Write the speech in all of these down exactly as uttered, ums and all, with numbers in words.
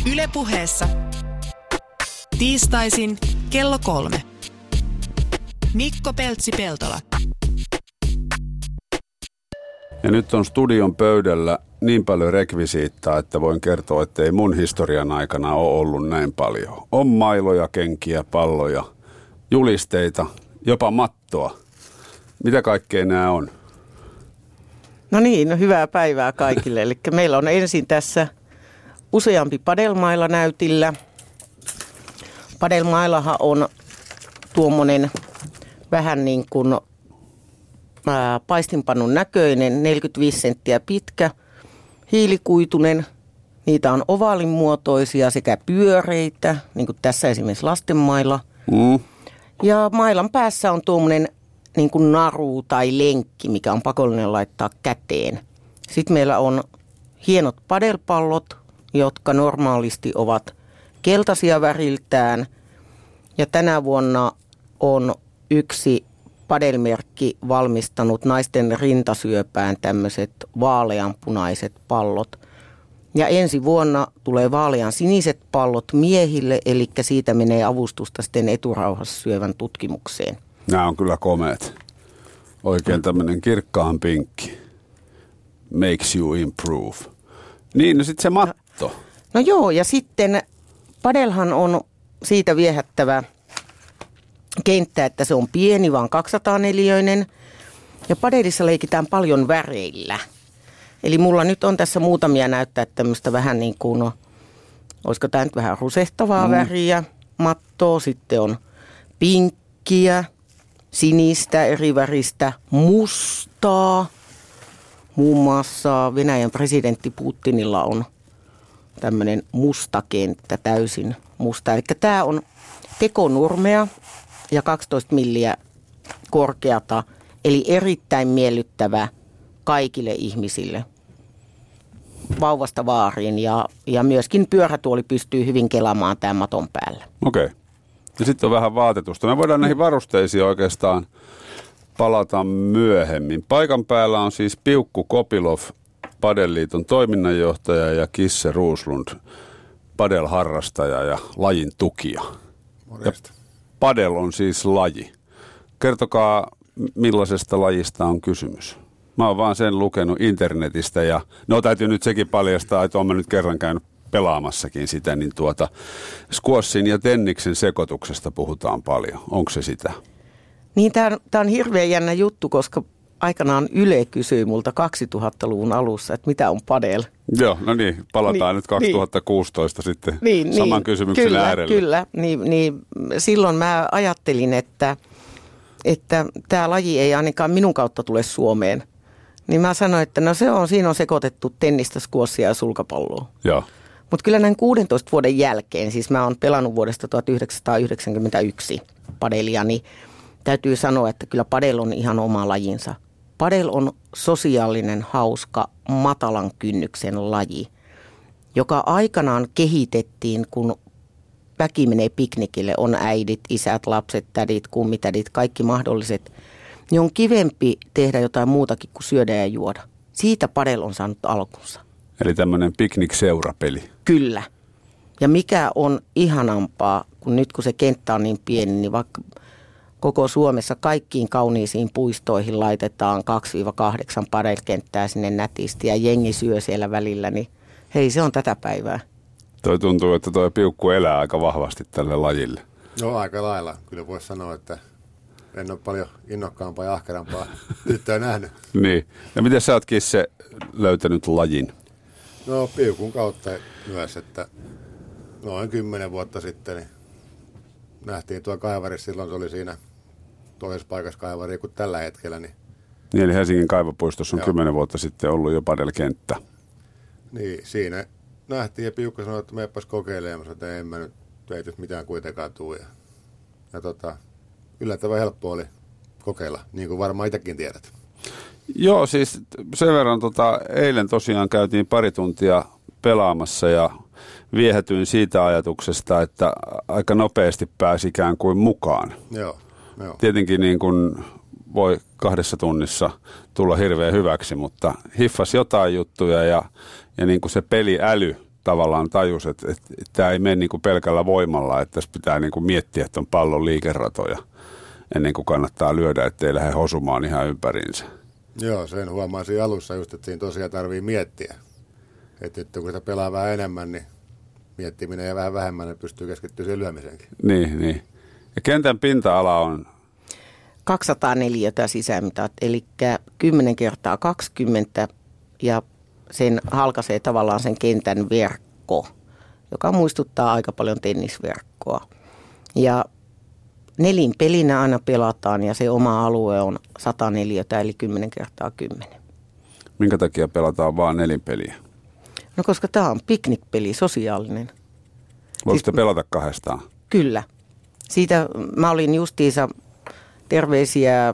Yle Puheessa. Tiistaisin kello kolme. Mikko Peltsi-Peltola. Ja nyt on studion pöydällä niin paljon rekvisiittaa, että voin kertoa, että ei mun historian aikana ole ollut näin paljon. On mailoja, kenkiä, palloja, julisteita, jopa mattoa. Mitä kaikkea nämä on? No niin, no hyvää päivää kaikille. Eli meillä on ensin tässä useampi padelmaila näytillä. Padelmailahan on tuommoinen vähän niin kuin ää, paistinpannun näköinen, neljäkymmentäviisi senttiä pitkä, hiilikuitunen. Niitä on ovaalinmuotoisia sekä pyöreitä, niin kuin tässä esimerkiksi lastenmaila. Mm. Ja mailan päässä on tuommoinen niin kuin naru tai lenkki, mikä on pakollinen laittaa käteen. Sitten meillä on hienot padelpallot, jotka normaalisti ovat keltaisia väriltään. Ja tänä vuonna on yksi padelmerkki valmistanut naisten rintasyöpään tämmöiset vaaleanpunaiset pallot. Ja ensi vuonna tulee vaalean siniset pallot miehille, eli siitä menee avustusta sitten eturauhassa syövän tutkimukseen. Nämä on kyllä komeet. Oikein tämmöinen kirkkaan pinkki. Makes you improve. Niin, no sitten se matto. No joo, ja sitten padelhan on siitä viehättävä kenttä, että se on pieni, vaan kaksisataaneljäinen. Ja padelissa leikitään paljon väreillä. Eli mulla nyt on tässä muutamia näyttää tämmöistä vähän niin kuin, no, olisiko tämä nyt vähän rusehtavaa mm. väriä, mattoa. Sitten on pinkkiä, sinistä, eri väristä, mustaa. Muun muassa Venäjän presidentti Putinilla on tämmöinen musta kenttä, täysin musta. Eli tämä on tekonurmea ja kaksitoista milliä korkeata, eli erittäin miellyttävä kaikille ihmisille vauvasta vaariin. Ja, ja myöskin pyörätuoli pystyy hyvin kelaamaan tämän maton päällä. Okei. Okay. Ja sitten on vähän vaatetusta. Me voidaan näihin varusteisiin oikeastaan palata myöhemmin. Paikan päällä on siis Piukku Kopilov, Padelliiton toiminnanjohtaja, ja Kisse Ruuslund, padelharrastaja ja lajin tukija. Morjesta. Padel on siis laji. Kertokaa, millaisesta lajista on kysymys. Mä oon vaan sen lukenut internetistä ja no täytyy nyt sekin paljastaa, että oon mä nyt kerran käynyt pelaamassakin sitä, niin tuota squashin ja tenniksen sekoituksesta puhutaan paljon. Onko se sitä? Niin, tämä on, on hirveän jännä juttu, koska aikanaan Yle kysyi multa kaksituhattaluvun alussa, että mitä on padel. Joo, no niin, palataan niin, nyt kaksituhattakuusitoista niin, sitten niin, saman niin, kysymyksen kyllä, äärelle. Kyllä, niin, niin silloin mä ajattelin, että että tämä laji ei ainakaan minun kautta tule Suomeen. Niin mä sanoin, että no se on, siinä on sekoitettu tennistä, squashia ja sulkapalloa. Joo. Mutta kyllä näin kuudentoista vuoden jälkeen, siis mä oon pelannut vuodesta tuhatyhdeksänsataayhdeksänkymmentäyksi padelia, niin täytyy sanoa, että kyllä padel on ihan oma lajinsa. Padel on sosiaalinen, hauska, matalan kynnyksen laji, joka aikanaan kehitettiin, kun väki menee piknikille, on äidit, isät, lapset, tädit, kummitädit, kaikki mahdolliset. Niin on kivempi tehdä jotain muutakin kuin syödä ja juoda. Siitä padel on saanut alkunsa. Eli tämmöinen piknik-seurapeli. Kyllä. Ja mikä on ihanampaa, kun nyt kun se kenttä on niin pieni, niin vaikka koko Suomessa kaikkiin kauniisiin puistoihin laitetaan kaksi kahdeksan padelkenttää sinne nätisti ja jengi syö siellä välillä, niin hei, se on tätä päivää. Toi tuntuu, että toi Piukku elää aika vahvasti tälle lajille. No aika lailla. Kyllä voisi sanoa, että en ole paljon innokkaampaa ja ahkerampaa tyttöä nähnyt. Niin. Ja miten sä oot, Kisse, löytänyt lajin? No Piukun kautta myös, että noin kymmenen vuotta sitten niin nähtiin tuo kaivari. Silloin se oli siinä toisessa paikassa kaivari kuin tällä hetkellä. Niin, niin eli Helsingin kaivopuistossa on kymmenen vuotta sitten ollut jo padelkenttä. Niin, siinä nähtiin ja Piukka sanoi, että menepäs kokeilemaan, että en mä nyt ei nyt mitään kuitenkaan tule. Ja, ja tota, yllättävän helppo oli kokeilla, niin kuin varmaan itsekin tiedät. Joo, siis sen verran tota, eilen tosiaan käytiin pari tuntia pelaamassa ja viehätyin siitä ajatuksesta, että aika nopeasti pääsi ikään kuin mukaan. Joo, joo. Tietenkin niin kuin voi kahdessa tunnissa tulla hirveän hyväksi, mutta hiffasi jotain juttuja ja, ja niin kuin se peliäly tavallaan tajus, että, että, että tämä ei mene niin kuin pelkällä voimalla, että tässä pitää niin kuin miettiä tuon pallon liikeratoja ennen kuin kannattaa lyödä, ettei lähde hosumaan ihan ympäriinsä. Joo, sen huomasin alussa just, että siinä tosiaan tarvii miettiä. Että nyt kun sitä pelaa vähän enemmän, niin miettiminen ja vähän vähemmän, niin pystyy keskittyä siihen lyömiseenkin. Niin, niin. Ja kentän pinta-ala on kaksisataa neliötä sisämitat, eli kymmenen kertaa kaksikymmentä, ja sen halkaisee tavallaan sen kentän verkko, joka muistuttaa aika paljon tennisverkkoa. Ja nelinpelinä aina pelataan, ja se oma alue on sata neliötä, eli kymmenen kertaa kymmenen. Minkä takia pelataan vaan nelinpeliä? No koska tämä on piknikpeli, sosiaalinen. Voiko Siis- sitä pelata kahdestaan? Kyllä. Siitä mä olin justiinsa terveisiä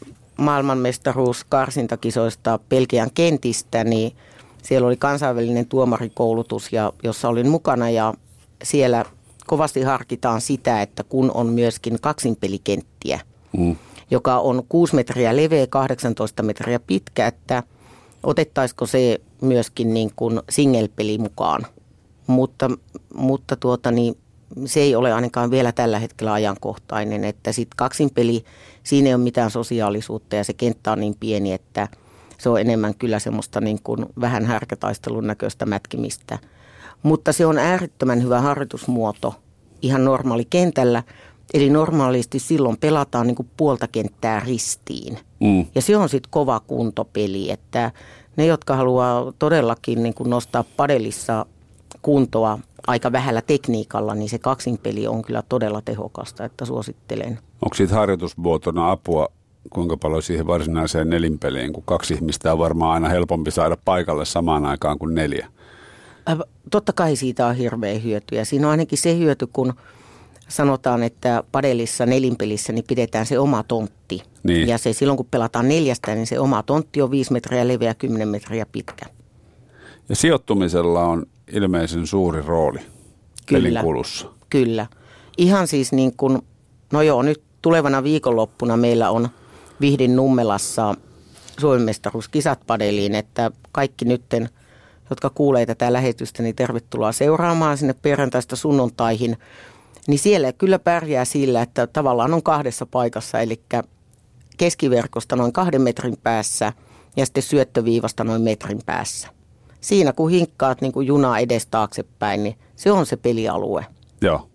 maailmanmestaruuskarsintakisoista Belgian kentistä, niin siellä oli kansainvälinen tuomarikoulutus, ja, jossa olin mukana, ja siellä kovasti harkitaan sitä, että kun on myöskin kaksinpelikenttiä, mm. joka on kuusi metriä leveä, kahdeksantoista metriä pitkä, että otettaisiko se myöskin niin kuin single-peli mukaan. Mutta, mutta tuota niin, se ei ole ainakaan vielä tällä hetkellä ajankohtainen, että sitten kaksinpeli, siinä ei ole mitään sosiaalisuutta, ja se kenttä on niin pieni, että se on enemmän kyllä semmoista niin kuin vähän härkätaistelun näköistä mätkimistä. Mutta se on äärettömän hyvä harjoitusmuoto ihan normaali kentällä, eli normaalisti silloin pelataan niin kuin puolta kenttää ristiin. Mm. Ja se on sitten kova kuntopeli, että ne, jotka haluaa todellakin niin kuin nostaa padelissa kuntoa aika vähällä tekniikalla, niin se kaksinpeli on kyllä todella tehokasta, että suosittelen. Onko siitä harjoitusmuotona apua, kuinka paljon siihen varsinaiseen nelinpeliin, kun kaksi ihmistä on varmaan aina helpompi saada paikalle samaan aikaan kuin neljä? Äh, totta kai siitä on hirveä hyötyä. Siinä on ainakin se hyöty, kun sanotaan, että padelissa nelinpelissä niin pidetään se oma tontti. Niin. Ja se silloin, kun pelataan neljästä, niin se oma tontti on viisi metriä leveä, kymmenen metriä pitkä. Ja sijoittumisella on ilmeisen suuri rooli pelinkulussa. Kyllä. Ihan siis niin kuin, no joo, nyt tulevana viikonloppuna meillä on Vihdin Nummelassa Suomen mestaruuskisat padeliin, että kaikki nytten, jotka kuulee tätä lähetystä, niin tervetuloa seuraamaan sinne perjantaista sunnuntaihin. Niin siellä kyllä pärjää sillä, että tavallaan on kahdessa paikassa, eli keskiverkosta noin kahden metrin päässä ja sitten syöttöviivasta noin metrin päässä. Siinä kun hinkkaat niin kuin junaa edes taaksepäin, niin se on se pelialue. Joo.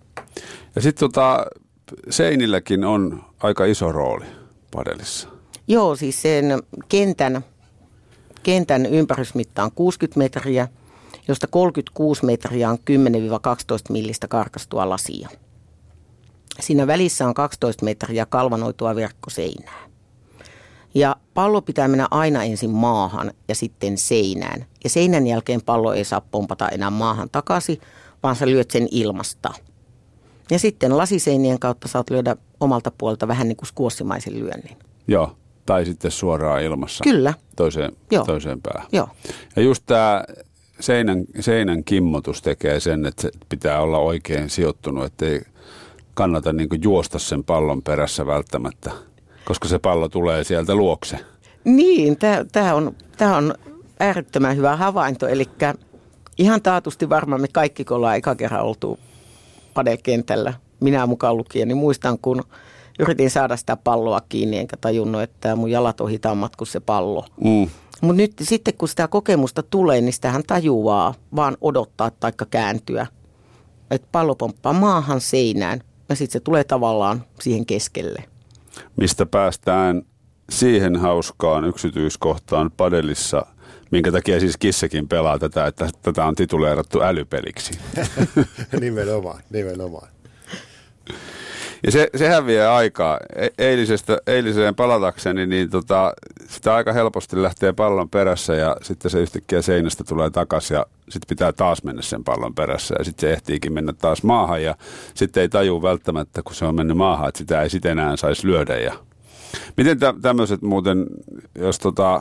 Ja sitten tota, seinilläkin on aika iso rooli padelissa. Joo, siis sen kentän, kentän ympärysmitta on kuusikymmentä metriä, josta kolmekymmentäkuusi metriä on kymmenen kaksitoista millistä karkastua lasia. Siinä välissä on kaksitoista metriä kalvanoitua verkkoseinää. Ja pallo pitää mennä aina ensin maahan ja sitten seinään. Ja seinän jälkeen pallo ei saa pompata enää maahan takaisin, vaan sä lyöt sen ilmasta. Ja sitten lasiseinien kautta saat lyödä omalta puolelta vähän niin kuin skuossimaisen lyönnin. Joo, tai sitten suoraan ilmassa. Kyllä. Toiseen, Joo. toiseen päähän. Joo. Ja just tämä seinän, seinän kimmotus tekee sen, että se pitää olla oikein sijoittunut, ettei kannata niin kuin juosta sen pallon perässä välttämättä, koska se pallo tulee sieltä luokse. Niin, tämä on, tää on äärettömän hyvä havainto. Eli ihan taatusti varmaan me kaikki, kun ollaan eka kerran oltu padelkentällä, minä mukaan lukien, niin muistan, kun yritin saada sitä palloa kiinni, enkä tajunnut, että mun jalat on hitaammat kuin se pallo. Mm. Mutta nyt sitten, kun sitä kokemusta tulee, niin sitähän tajuaa vaan odottaa taikka kääntyä. Että pallo pomppaa maahan seinään ja sitten se tulee tavallaan siihen keskelle. Mistä päästään siihen hauskaan yksityiskohtaan padelissa, minkä takia siis Kissekin pelaa tätä, että tätä on tituleerattu älypeliksi. nimenomaan, nimenomaan. Ja se, sehän vie aikaa. Eilisestä, eiliseen palatakseni, niin tota, sitä aika helposti lähtee pallon perässä ja sitten se yhtäkkiä seinästä tulee takaisin ja sitten pitää taas mennä sen pallon perässä ja sitten se ehtiikin mennä taas maahan ja sitten ei tajua välttämättä, kun se on mennyt maahan, että sitä ei sitten enää saisi lyödä. Ja miten tä, tämmöiset muuten, jos tota,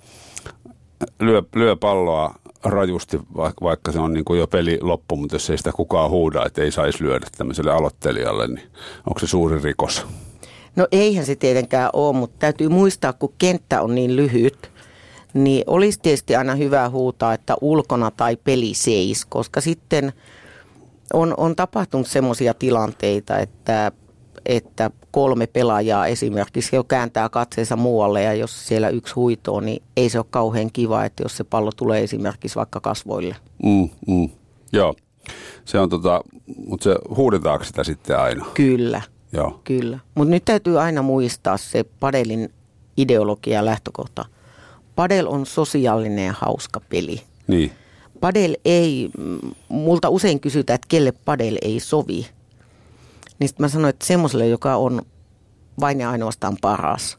lyö, lyö palloa rajusti, vaikka se on niin kuin jo peli loppu, mutta jos ei sitä kukaan huuda, että ei saisi lyödä tämmöiselle aloittelijalle, niin onko se suuri rikos? No eihän se tietenkään ole, mutta täytyy muistaa, kun kenttä on niin lyhyt, niin olisi tietysti aina hyvä huutaa, että ulkona tai peli seis, koska sitten on, on tapahtunut semmoisia tilanteita, että, että kolme pelaajaa esimerkiksi jo kääntää katseensa muualle ja jos siellä yksi huitoo, niin ei se ole kauhean kiva, että jos se pallo tulee esimerkiksi vaikka kasvoille. Mm, mm. Joo, se on tota, mutta se huudetaanko sitä sitten aina? Kyllä, Joo. kyllä. Mutta nyt täytyy aina muistaa se padelin ideologia ja lähtökohta. Padel on sosiaalinen ja hauska peli. Niin. Padel ei, multa usein kysytään, että kelle padel ei sovi. Niin sitten mä sanoin, että semmoiselle, joka on vain ja ainoastaan paras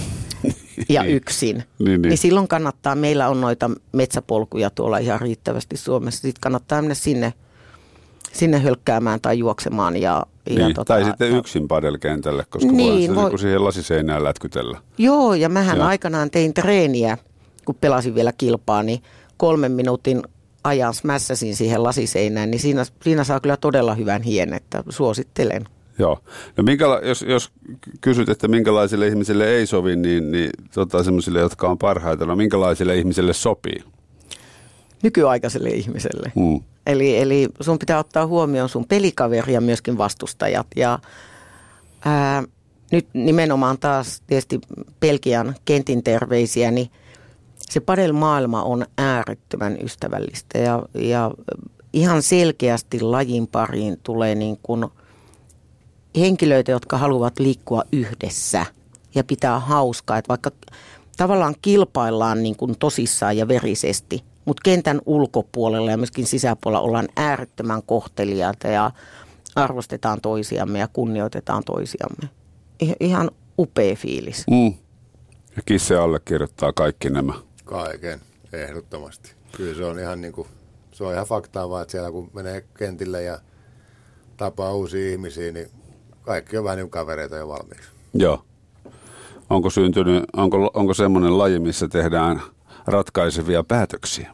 ja yksin. niin, niin. niin silloin kannattaa, meillä on noita metsäpolkuja tuolla ihan riittävästi Suomessa. Sitten kannattaa mennä sinne, sinne hölkkäämään tai juoksemaan. Ja, niin, ja tota, tai sitten yksin padelkentälle, koska niin, voi niin siihen lasiseinään lätkytellä. Joo, ja mähän ja. aikanaan tein treeniä, kun pelasin vielä kilpaa, niin kolmen minuutin ajan mässäsin siihen lasiseinään, niin siinä, siinä saa kyllä todella hyvän hien, että suosittelen. Joo. No minkäla- jos, jos kysyt, että minkälaisille ihmisille ei sovi, niin, niin tota, semmoisille, jotka on parhaita, no minkälaisille ihmisille sopii? Nykyaikaiselle ihmiselle. Hmm. Eli, eli sun pitää ottaa huomioon sun pelikaveri ja myöskin vastustajat. Ja ää, nyt nimenomaan taas tietysti Belgian kentin terveisiä, niin se padel-maailma on äärettömän ystävällistä ja, ja ihan selkeästi lajin pariin tulee niin kuin henkilöitä, jotka haluavat liikkua yhdessä ja pitää hauskaa. Että vaikka tavallaan kilpaillaan niin kuin tosissaan ja verisesti, mutta kentän ulkopuolella ja myöskin sisäpuolella ollaan äärettömän kohteliaita ja arvostetaan toisiamme ja kunnioitetaan toisiamme. Ihan upea fiilis. Mm. Ja Kisse allekirjoittaa kaikki nämä. Kaiken, ehdottomasti. Kyllä se on ihan niin kuin, se on ihan faktaa vaan, että siellä kun menee kentille ja tapaa uusia ihmisiä, niin kaikki on vähän niin kuin kavereita jo valmiiksi. Joo. Onko syntynyt, onko, onko semmoinen laji, missä tehdään ratkaisevia päätöksiä?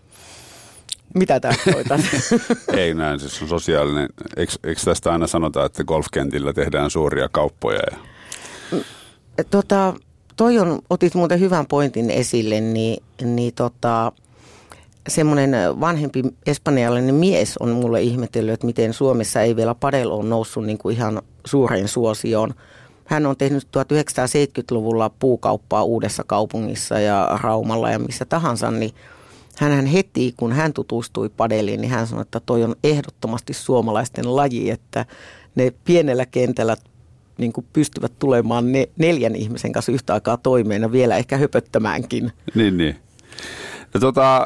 Mitä tarkoitat? Ei näin, siis on sosiaalinen. Eikö, eikö tästä aina sanota, että golfkentillä tehdään suuria kauppoja? Ja... Tota, toi on, otit muuten hyvän pointin esille, niin, niin tota, semmoinen vanhempi espanjalainen mies on mulle ihmetellyt, että miten Suomessa ei vielä padel ole noussut niin kuin ihan suureen suosioon. Hän on tehnyt tuhatyhdeksänsataaseitsemänkymmentäluvulla puukauppaa Uudessa Kaupungissa ja Raumalla ja missä tahansa, niin hänhän heti, kun hän tutustui padeliin, niin hän sanoi, että toi on ehdottomasti suomalaisten laji, että ne pienellä kentällä niin kuin pystyvät tulemaan ne, neljän ihmisen kanssa yhtä aikaa toimeen ja vielä ehkä höpöttämäänkin. Niin, niin. Ja tota,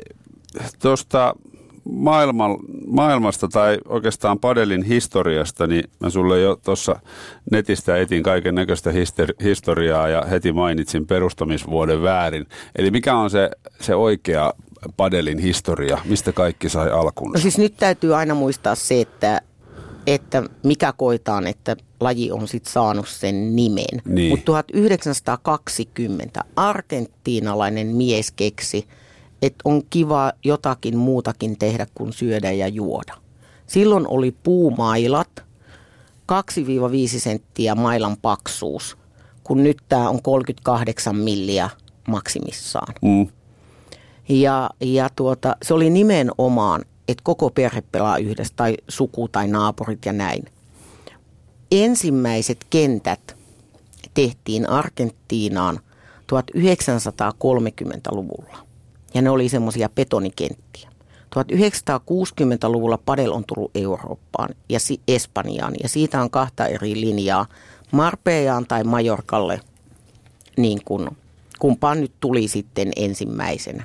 tuosta maailma, maailmasta tai oikeastaan padelin historiasta, niin mä sulle jo tuossa netistä etin kaiken näköistä histori- historiaa ja heti mainitsin perustamisvuoden väärin. Eli mikä on se, se oikea padelin historia? Mistä kaikki sai alkunsa? No siis nyt täytyy aina muistaa se, että, että mikä koitaan, että laji on sitten saanut sen nimen. Niin. Mutta tuhatyhdeksänsataakaksikymmentä argentiinalainen mies keksi, että on kiva jotakin muutakin tehdä kuin syödä ja juoda. Silloin oli puumailat, kaksi viisi senttiä mailan paksuus, kun nyt tämä on kolmekymmentäkahdeksan milliä maksimissaan. Mm. Ja, ja tuota, se oli nimenomaan, että koko perhe pelaa yhdessä, tai suku tai naapurit ja näin. Ensimmäiset kentät tehtiin Argentiinaan tuhatyhdeksänsataakolmekymmentäluvulla. Ja ne oli semmoisia betonikenttiä. tuhatyhdeksänsataakuusikymmentäluvulla padel on tullut Eurooppaan ja Espanjaan. Ja siitä on kahta eri linjaa. Marbellaan tai Majorkalle, niin kuin kumpaan nyt tuli sitten ensimmäisenä.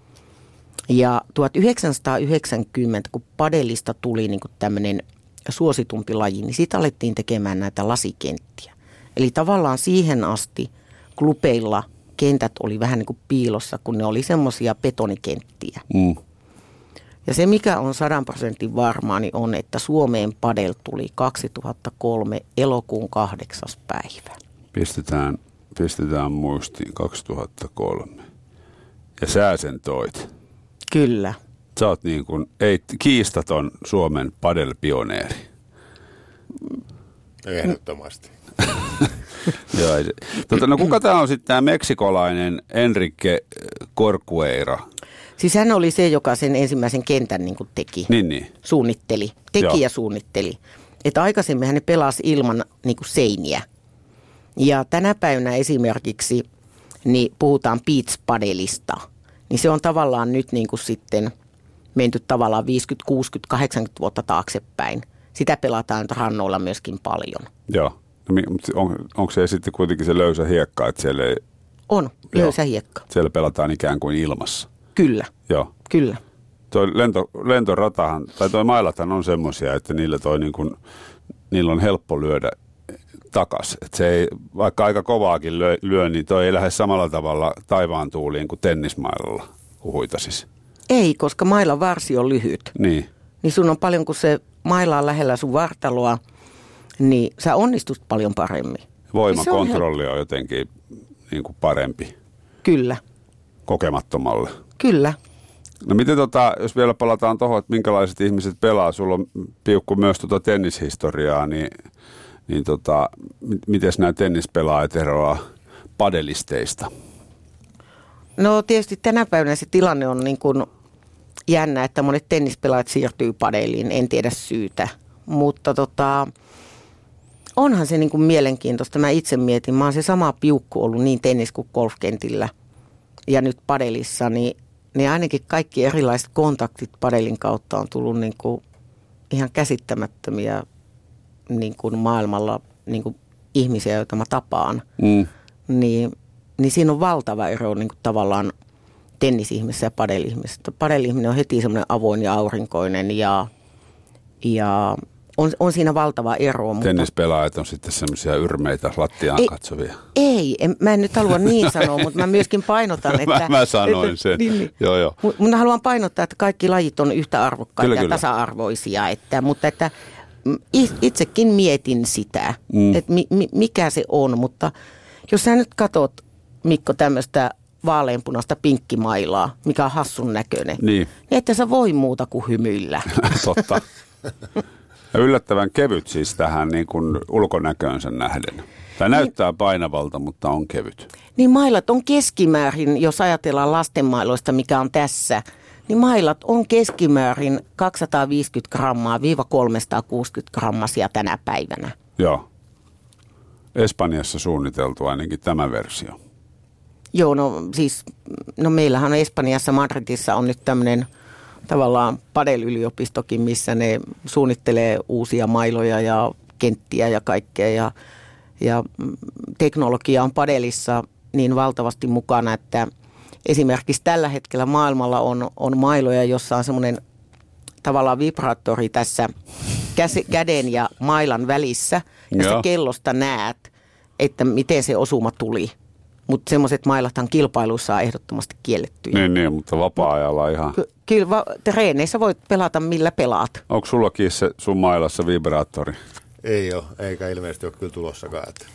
Ja tuhatyhdeksänsataayhdeksänkymmentä, kun padelista tuli niin kuin tämmöinen suositumpi laji, niin siitä alettiin tekemään näitä lasikenttiä. Eli tavallaan siihen asti klubeilla kentät oli vähän niin kuin piilossa, kun ne oli semmoisia betonikenttiä. Mm. Ja se, mikä on sadan prosentin varmaa, niin on, että Suomeen padel tuli kaksituhattakolme elokuun kahdeksas päivä. Pistetään, pistetään muistiin kaksituhattakolme. Ja sä sen toit. Kyllä. Sä oot niin kuin, ei, kiistaton Suomen padel-pioneeri. Ehdottomasti. Joo, ei se. Tota, no kuka tämä on sitten tämä meksikolainen Enrique Corcuera? Siis hän oli se, joka sen ensimmäisen kentän niin kuin teki, Niin, niin. suunnitteli, teki Joo. ja suunnitteli. Että aikaisemmin hän pelasi ilman niin kuin seiniä. Ja tänä päivänä esimerkiksi niin puhutaan beach padelista. Niin se on tavallaan nyt niin kuin sitten menty tavallaan viisikymmentä, kuusikymmentä, kahdeksankymmentä vuotta taaksepäin. Sitä pelataan nyt rannoilla myöskin paljon. Joo. No, on, onko se sitten kuitenkin se löysä hiekka, että siellä, ei, On, löysä hiekka. siellä pelataan ikään kuin ilmassa? Kyllä, Joo. kyllä. Toi lento, lentoratahan, tai toi mailathan on semmoisia, että niillä, toi niin kuin, niillä on helppo lyödä takas. Et se ei, vaikka aika kovaakin lyö, lyö, niin toi ei lähde samalla tavalla taivaan tuuliin kuin tennismailalla huitasis. Ei, koska mailan varsi on lyhyt. Niin. Niin sun on paljon, kun se maila on lähellä sun vartaloa, niin sä onnistut paljon paremmin. Voimakontrolli on jotenkin niin kuin parempi Kyllä, kokemattomalle. kyllä. No miten tota, jos vielä palataan tuohon, että minkälaiset ihmiset pelaa, sulla on Piukku myös tota tennishistoriaa, niin, niin tota, miten nämä tennispelaajat eroaa padelisteista? No tietysti tänä päivänä se tilanne on niin kuin jännä, että monet tennispelaajat siirtyy padeliin, en tiedä syytä. Mutta tota, onhan se niin kuin mielenkiintoista. Mä itse mietin, mä oon se sama Piukku ollut niin tennis- kuin golfkentillä ja nyt padelissa, niin, niin ainakin kaikki erilaiset kontaktit padelin kautta on tullut niin kuin ihan käsittämättömiä niin kuin maailmalla niin kuin ihmisiä, joita mä tapaan. Mm. Niin, niin siinä on valtava ero niin kuin tavallaan tennisihmisessä ja padelihmisessä. Padelihminen on heti semmoinen avoin ja aurinkoinen ja, ja on, on siinä valtava ero. Mutta Tennispelaajat on sitten semmoisia yrmeitä lattiaan ei, katsovia. Ei, en, mä en nyt halua niin sanoa, mutta mä myöskin painotan, että... mä, mä sanoin että, sen, niin, niin. joo joo. Mutta haluan painottaa, että kaikki lajit on yhtä arvokkaita Kyllä, ja kyllä. tasa-arvoisia, että, mutta että itsekin mietin sitä, Mm. että mi, mi, mikä se on, mutta jos sä nyt katot, Mikko, tämmöistä vaaleanpunaista pinkkimailaa, mikä on hassun näköinen, Niin, niin että sä voi muuta kuin hymyillä. totta. Ja yllättävän kevyt siis tähän niin kuin ulkonäköönsä nähden. Tämä näyttää painavalta, mutta on kevyt. Niin mailat on keskimäärin, jos ajatellaan lastenmailoista, mikä on tässä, niin mailat on keskimäärin kaksisataaviisikymmentä grammaa viiva kolmesataakuusikymmentä grammasia tänä päivänä. Joo. Espanjassa suunniteltu ainakin tämä versio. Joo, no siis, no meillähän on Espanjassa, Madridissa on nyt tämmöinen tavallaan padel-yliopistokin, missä ne suunnittelee uusia mailoja ja kenttiä ja kaikkea. Ja, ja teknologia on padelissa niin valtavasti mukana, että esimerkiksi tällä hetkellä maailmalla on, on mailoja, jossa on semmoinen tavallaan vibraattori tässä käs, käden ja mailan välissä. Ja Joo. sä kellosta näet, että miten se osuma tuli. Mutta semmoiset mailathan kilpailuissa on ehdottomasti kiellettyjä. Niin, niin, mutta vapaa-ajalla ihan. Ky- Kyllä va- treeneissä voit pelata millä pelaat. Onko sullakin se sun mailassa vibraattori? Ei ole, eikä ilmeisesti ole kyllä tulossakaan. Että.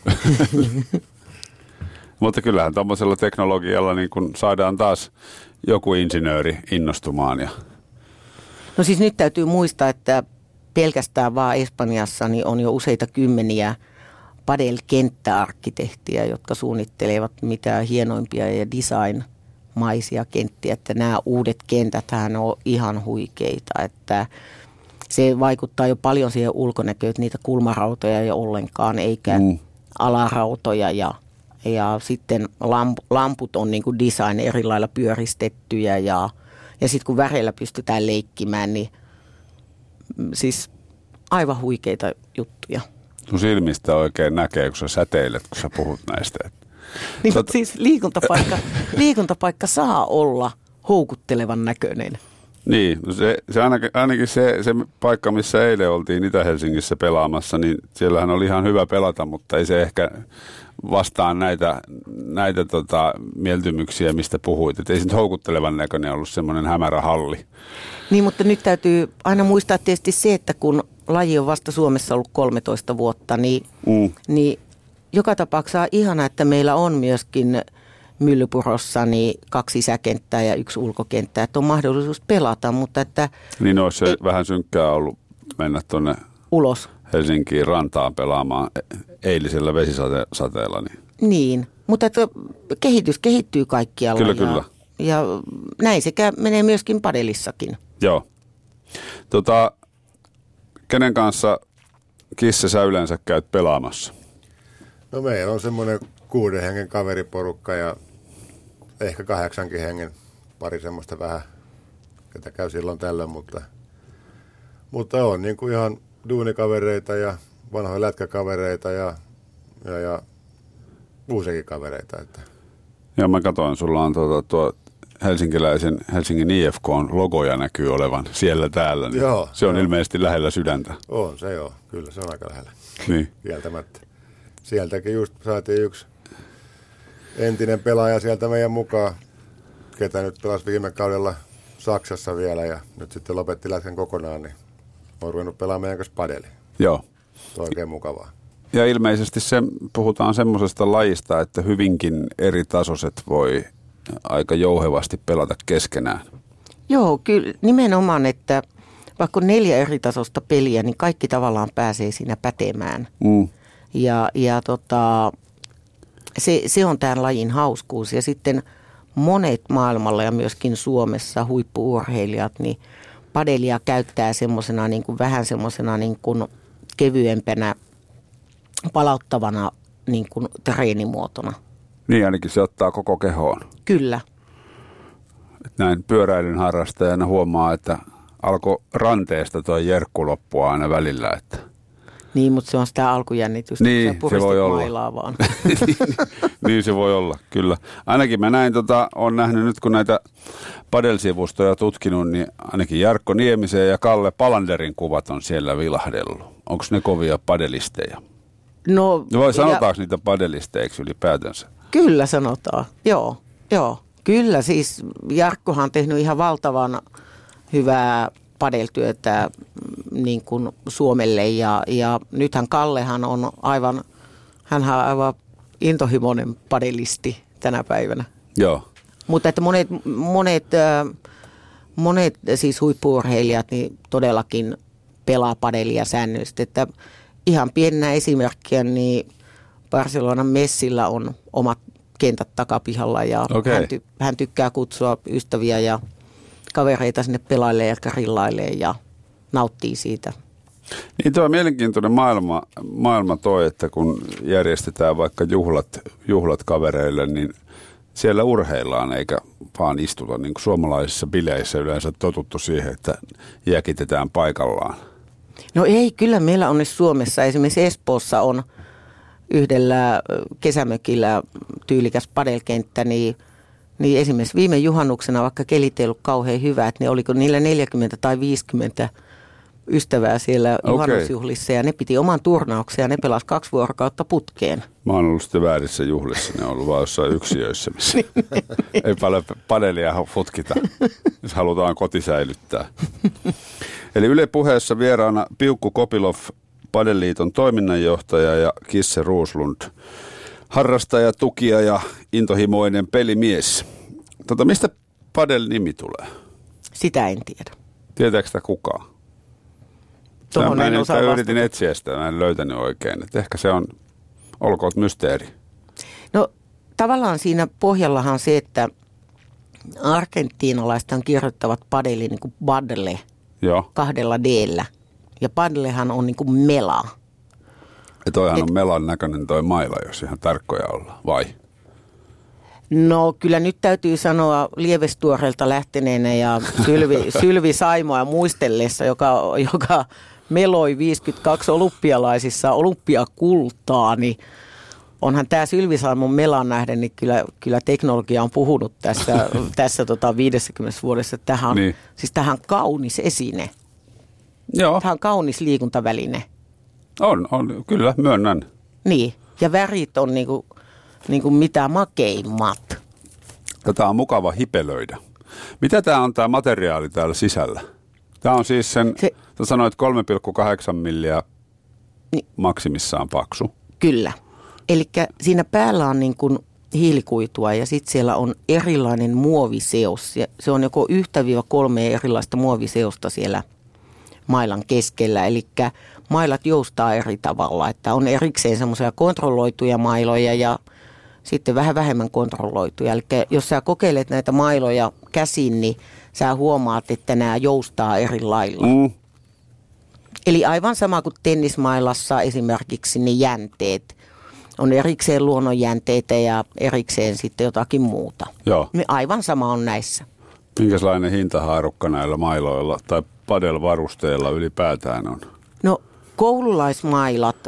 Mutta kyllähän tuommoisella teknologialla niin kun saadaan taas joku insinööri innostumaan. Ja... No siis nyt täytyy muistaa, että pelkästään vaan Espanjassa niin on jo useita kymmeniä padel-kenttäarkkitehtiä, jotka suunnittelevat mitä hienoimpia ja design-maisia kenttiä. Että nämä uudet kentäthän on ihan huikeita, että se vaikuttaa jo paljon siihen ulkonäköön, että niitä kulmarautoja ei ole ollenkaan, eikä mm. alarautoja ja, ja sitten lamp, lamput on niin kuin design eri lailla pyöristettyjä ja, ja sitten kun väreillä pystytään leikkimään, niin siis aivan huikeita juttuja. Sun silmistä oikein näkee, kun sä säteilet, kun sä puhut näistä. Niin, Tot... siis liikuntapaikka, liikuntapaikka saa olla houkuttelevan näköinen. Niin, no se, se ainakin, ainakin se, se paikka, missä eilen oltiin Itä-Helsingissä pelaamassa, niin siellähän oli ihan hyvä pelata, mutta ei se ehkä vastaan näitä, näitä tota, mieltymyksiä, mistä puhuit. Et ei se nyt houkuttelevan näköinen ollut semmoinen hämärä halli. Niin, mutta nyt täytyy aina muistaa tietysti se, että kun laji on vasta Suomessa ollut kolmetoista vuotta, niin, mm. niin joka tapauksessa on ihana, että meillä on myöskin Myllypurossa niin kaksi sisäkenttää ja yksi ulkokenttää, että on mahdollisuus pelata, mutta että... Niin olisi se ei, vähän synkkää ollut mennä tuonne ulos. Helsinkiin rantaan pelaamaan eilisellä vesisateella. Niin, niin. Mutta että kehitys kehittyy kaikkialla. Kyllä, ja, kyllä. Ja näin sekä menee myöskin padelissakin. Joo. Tota, kenen kanssa Kisse sä yleensä käyt pelaamassa? No meillä on semmoinen kuuden hengen kaveriporukka ja ehkä kahdeksankin hengen pari semmoista vähän, ketä käy silloin tällöin, mutta, mutta on niin kuin ihan duunikavereita ja vanhoja lätkäkavereita ja, ja, ja uusiakin kavereita. Että. Joo, mä katsoin, sulla on tuo, tuo helsinkiläisen Helsingin I F K:n logoja näkyy olevan siellä täällä. Niin joo, se on joo. ilmeisesti lähellä sydäntä. On se joo, kyllä se on aika lähellä. Niin. Kieltämättä. Sieltäkin just saatiin yksi entinen pelaaja sieltä meidän mukaan, ketä nyt pelasi viime kaudella Saksassa vielä ja nyt sitten lopetti lätkän kokonaan, niin on ruvennut pelaamaan meidän kanssa padeli. Joo. Se on oikein mukavaa. Ja ilmeisesti se, puhutaan semmoisesta lajista, että hyvinkin eri tasoiset voi aika jouhevasti pelata keskenään. Joo, kyllä nimenomaan, että vaikka on neljä eri tasosta peliä, niin kaikki tavallaan pääsee siinä pätemään. Mm. Ja, ja tota, se, se on tämän lajin hauskuus. Ja sitten monet maailmalla ja myöskin Suomessa huippu-urheilijat, niin padelia käyttää semmosena niin kuin vähän semmoisena niin kuin kevyempänä, palauttavana niin kuin treenimuotona. Niin ainakin se ottaa koko kehoon. Kyllä. Et näin pyöräilyn harrastajana huomaa, että alkoi ranteesta tuo jerkku loppua aina välillä. Että. Niin, mutta se on sitä alkujännitystä, niin, kun sä se voi olla. mailaa vaan. Niin se voi olla, kyllä. Ainakin mä näin, tota, on nähnyt nyt kun näitä padelsivustoja tutkinut, niin ainakin Jarkko Niemisen ja Kalle Palanderin kuvat on siellä vilahdellut. Onko ne kovia padelisteja? No, Vai sanotaanko niitä padelisteiksi ylipäätänsä? Kyllä sanotaan, joo, joo. Kyllä, siis Jarkkohan on tehnyt ihan valtavan hyvää padeltyötä niin kuin Suomelle ja, ja nythän Kallehan on aivan, hänhän on aivan intohimoinen padelisti tänä päivänä. Joo. Mutta että monet, monet, monet siis huippu-urheilijat niin todellakin pelaa padelia säännöllisesti, että ihan pienenä esimerkkiä, niin Barcelonan Messillä on omat kentät takapihalla ja okay. hän, ty, hän tykkää kutsua ystäviä ja kavereita sinne pelailee ja grillailee ja nauttii siitä. Niin tuo on mielenkiintoinen maailma, maailma toi, että kun järjestetään vaikka juhlat, juhlat kavereille, niin siellä urheillaan eikä vaan istuta niin kuin suomalaisissa bileissä yleensä totuttu siihen, että jäkitetään paikallaan. No ei, kyllä meillä on Suomessa, esimerkiksi Espoossa on yhdellä kesämökillä tyylikäs padelkenttä, niin, niin esimerkiksi viime juhannuksena, vaikka kelit ei ollut kauhean hyvä, että ne oliko niillä neljäkymmentä tai viisikymmentä ystävää siellä okay. juhannusjuhlissa ja ne piti oman turnauksen ja ne pelasi kaksi vuorokautta putkeen. Mä oon ollut sitten väärissä juhlissa, ne on ollut vaan jossain yksiöissä, missä ei paljon padelia futkita, jos halutaan koti säilyttää. Eli Yle Puheessa vieraana Piukku Kopilov, Padeliiton toiminnanjohtaja ja Kisse Roslund, harrastaja, tukija ja intohimoinen pelimies. Tota, mistä padel-nimi tulee? Sitä en tiedä. Tietääkö sitä kukaan? Tuohon mä en en osaa yritin vastata. etsiä sitä, mä en löytänyt oikein. Et ehkä se on, olkoot mysteeri. No tavallaan siinä pohjallahan se, että argentiinalaisethan kirjoittavat padeli niin kuin badle Joo. kahdella D-llä. Ja padlehan on niin kuin mela. Ja toihan Et, on melan näköinen toi maila, jos ihan tarkkoja ollaan, vai? No kyllä nyt täytyy sanoa Lievestuorelta lähteneenä ja Sylvi, Sylvi Saimoa muistellessa, joka, joka meloi viisikymmentäkaksi olympialaisissa olympiakultaa, niin onhan tämä Sylvi Saimon melan nähden, niin kyllä, kyllä teknologia on puhunut tässä, tässä tota viidessäkymmenessä vuodessa. Tähän on, niin. Siis tähän on kaunis esine. Joo, Tämä on kaunis liikuntaväline. on, on, kyllä, myönnän. Niin, ja värit on niinku, niinku mitä makeimmat. Tätä on mukava hipelöidä. Mitä tämä on tämä materiaali täällä sisällä? Tämä on siis sen, Se, sä sanoit kolme pilkku kahdeksan milliä Ni- maksimissaan paksu. kyllä. Eli siinä päällä on niin kuin hiilikuitua ja sitten siellä on erilainen muoviseos. Ja se on joko yhtä viiva kolme erilaista muoviseosta siellä mailan keskellä. Eli mailat joustaa eri tavalla, että on erikseen semmoisia kontrolloituja mailoja ja sitten vähän vähemmän kontrolloituja. Eli jos sä kokeilet näitä mailoja käsin, niin sä huomaat, että nämä joustaa eri lailla. Mm. Eli aivan sama kuin tennismailassa esimerkiksi ne jänteet. On erikseen luonnonjänteitä ja erikseen sitten jotakin muuta. Joo. Aivan sama on näissä. Minkälainen hintahaarukka näillä mailoilla tai padel-varusteilla ylipäätään on? No koululaismailat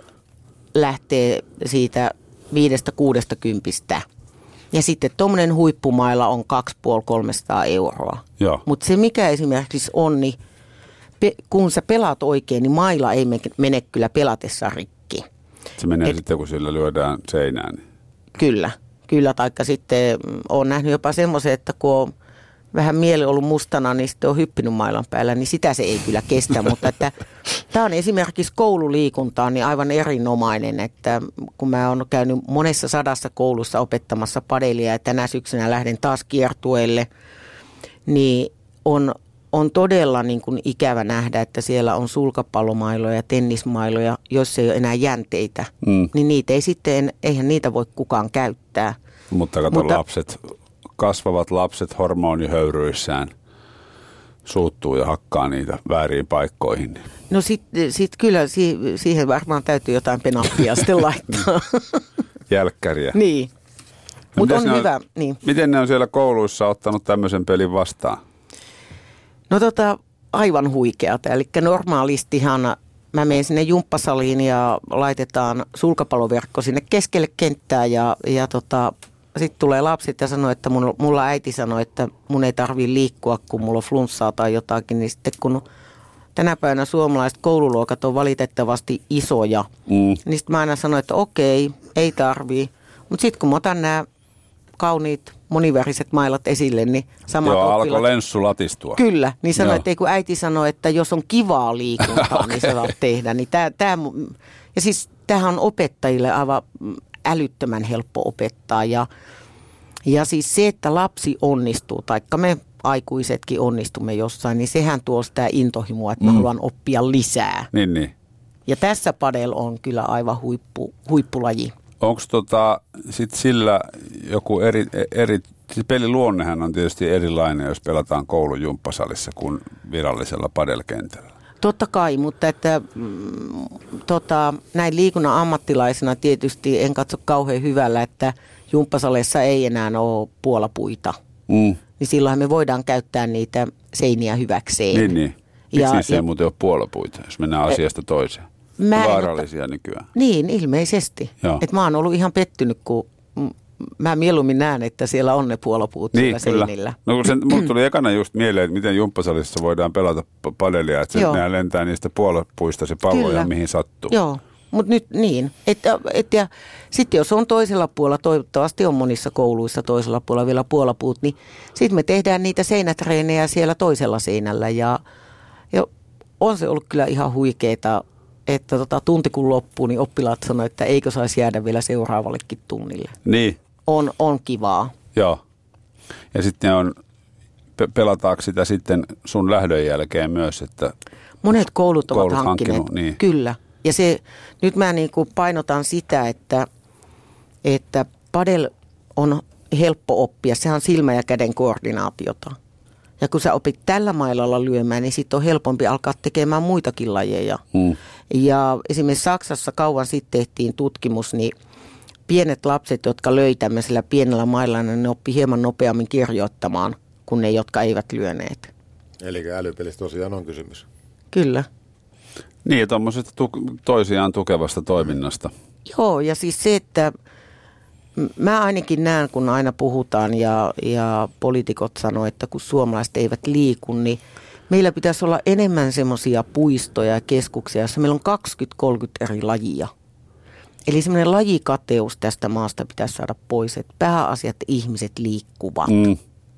lähtee siitä viidestä kuudesta kympistä. Ja sitten tuommoinen huippumaila on kaksisataa kolmesataa euroa. Mutta se mikä esimerkiksi on, niin pe- kun sä pelaat oikein, niin maila ei mene kyllä pelatessa rikki. Se menee Et, sitten, kun sillä lyödään seinään. Niin. Kyllä, kyllä. Taikka sitten olen nähnyt jopa semmoisen, että kun on vähän mieli ollut mustana, niin sitten on hyppinyt mailan päällä, niin sitä se ei kyllä kestä. Mutta että tämä on esimerkiksi koululiikuntaan niin aivan erinomainen, että kun mä oon käynyt monessa sadassa koulussa opettamassa padelia ja tänä syksynä lähden taas kiertueelle, niin on, on todella niin kuin ikävä nähdä, että siellä on sulkapallomailoja ja tennismailoja, joissa ei ole enää jänteitä, mm. niin niitä ei sitten, eihän niitä voi kukaan käyttää. Mutta kato Mutta, lapset, kasvavat lapset hormonihöyryissään suuttuu ja hakkaa niitä vääriin paikkoihin. No sitten sit kyllä si- siihen varmaan täytyy jotain penappia sitten laittaa. Jälkkäriä. Niin, no mutta on on, hyvä. Niin. Miten ne on siellä kouluissa ottanut tämmöisen pelin vastaan? No tota, aivan huikeata. Eli normaalistihan mä menen sinne jumppasaliin ja laitetaan sulkapalloverkko sinne keskelle kenttää ja, ja tota, sitten tulee lapset ja sanoo, että mun, mulla äiti sanoi, että mun ei tarvitse liikkua, kun mulla on flunssaa tai jotakin. Niin sitten kun tänä päivänä suomalaiset koululuokat on valitettavasti isoja, mm. niin sitten mä aina sanoin, että okei, ei tarvii. Mutta sitten kun mä otan nämä kauniit moniväriset mailat esille, niin samat Joo, oppilat... alkoi lenssu latistua. Kyllä, niin sanoi, että ei kun äiti sanoi, että jos on kivaa liikuntaa, okay. niin sä saat tehdä. Niin tää, tää, ja siis tämähän on opettajille aivan älyttömän helppo opettaa. Ja, ja siis se, että lapsi onnistuu, taikka me aikuisetkin onnistumme jossain, niin sehän tuo sitä intohimoa, että mä mm. haluan oppia lisää. Niin, niin. Ja tässä padel on kyllä aivan huippu, huippulaji. Onko tota, sit sillä joku eri, eri siis pelin luonnehan on tietysti erilainen, jos pelataan koulun jumppasalissa kuin virallisella padelkentällä. Totta kai, mutta että mm, tota, näin liikunnan ammattilaisena tietysti en katso kauhean hyvällä, että jumppasaleissa ei enää ole puolapuita. Mm. Niin silloinhan me voidaan käyttää niitä seiniä hyväkseen. Niin, niin. Miksi niissä ei muuten ole puolapuita, jos mennään asiasta toiseen? Mä vaarallisia nykyään. Niin, ilmeisesti. Et mä oon ollut ihan pettynyt, kun mä mieluummin näen, että siellä on ne puolapuut niin, siellä seinillä. No kun se, mulle tuli ekana just mieleen, että miten jumppasalissa voidaan pelata padelia, että se nämä lentää niistä puolapuista se pallo kyllä. Ja mihin sattuu. Joo, mutta nyt niin. Et, et, ja sitten jos on toisella puolella, toivottavasti on monissa kouluissa toisella puolella vielä puolapuut, niin sitten me tehdään niitä seinätreenejä siellä toisella seinällä. Ja, ja on se ollut kyllä ihan huikeeta, että tota, tunti kun loppuu, niin oppilaat sanoo, että eikö saisi jäädä vielä seuraavallekin tunnille. Niin. On, on kivaa. Joo. Ja sitten on, pe- pelataanko sitä sitten sun lähdön jälkeen myös, että monet koulut ovat koulut hankkineet. hankkinut, niin. Kyllä. Ja se, nyt mä niin kuin painotan sitä, että, että padel on helppo oppia. Sehän on silmä- ja käden koordinaatiota. Ja kun sä opit tällä mailalla lyömään, niin sitten on helpompi alkaa tekemään muitakin lajeja. Hmm. Ja esimerkiksi Saksassa kauan sitten tehtiin tutkimus, niin pienet lapset, jotka löi tämmöisellä pienellä mailalla, ne oppi hieman nopeammin kirjoittamaan kuin ne, jotka eivät lyöneet. Eli älypelistä tosiaan on kysymys. Kyllä. Niin, tuommoisesta tu- toisiaan tukevasta toiminnasta. Joo, ja siis se, että mä ainakin näen, kun aina puhutaan ja, ja poliitikot sanoo, että kun suomalaiset eivät liiku, niin meillä pitäisi olla enemmän semmoisia puistoja ja keskuksia, joissa meillä on kaksikymmentä kolmekymmentä eri lajia. Eli semmoinen lajikateus tästä maasta pitäisi saada pois, että pääasiat ihmiset liikkuvat. Mm.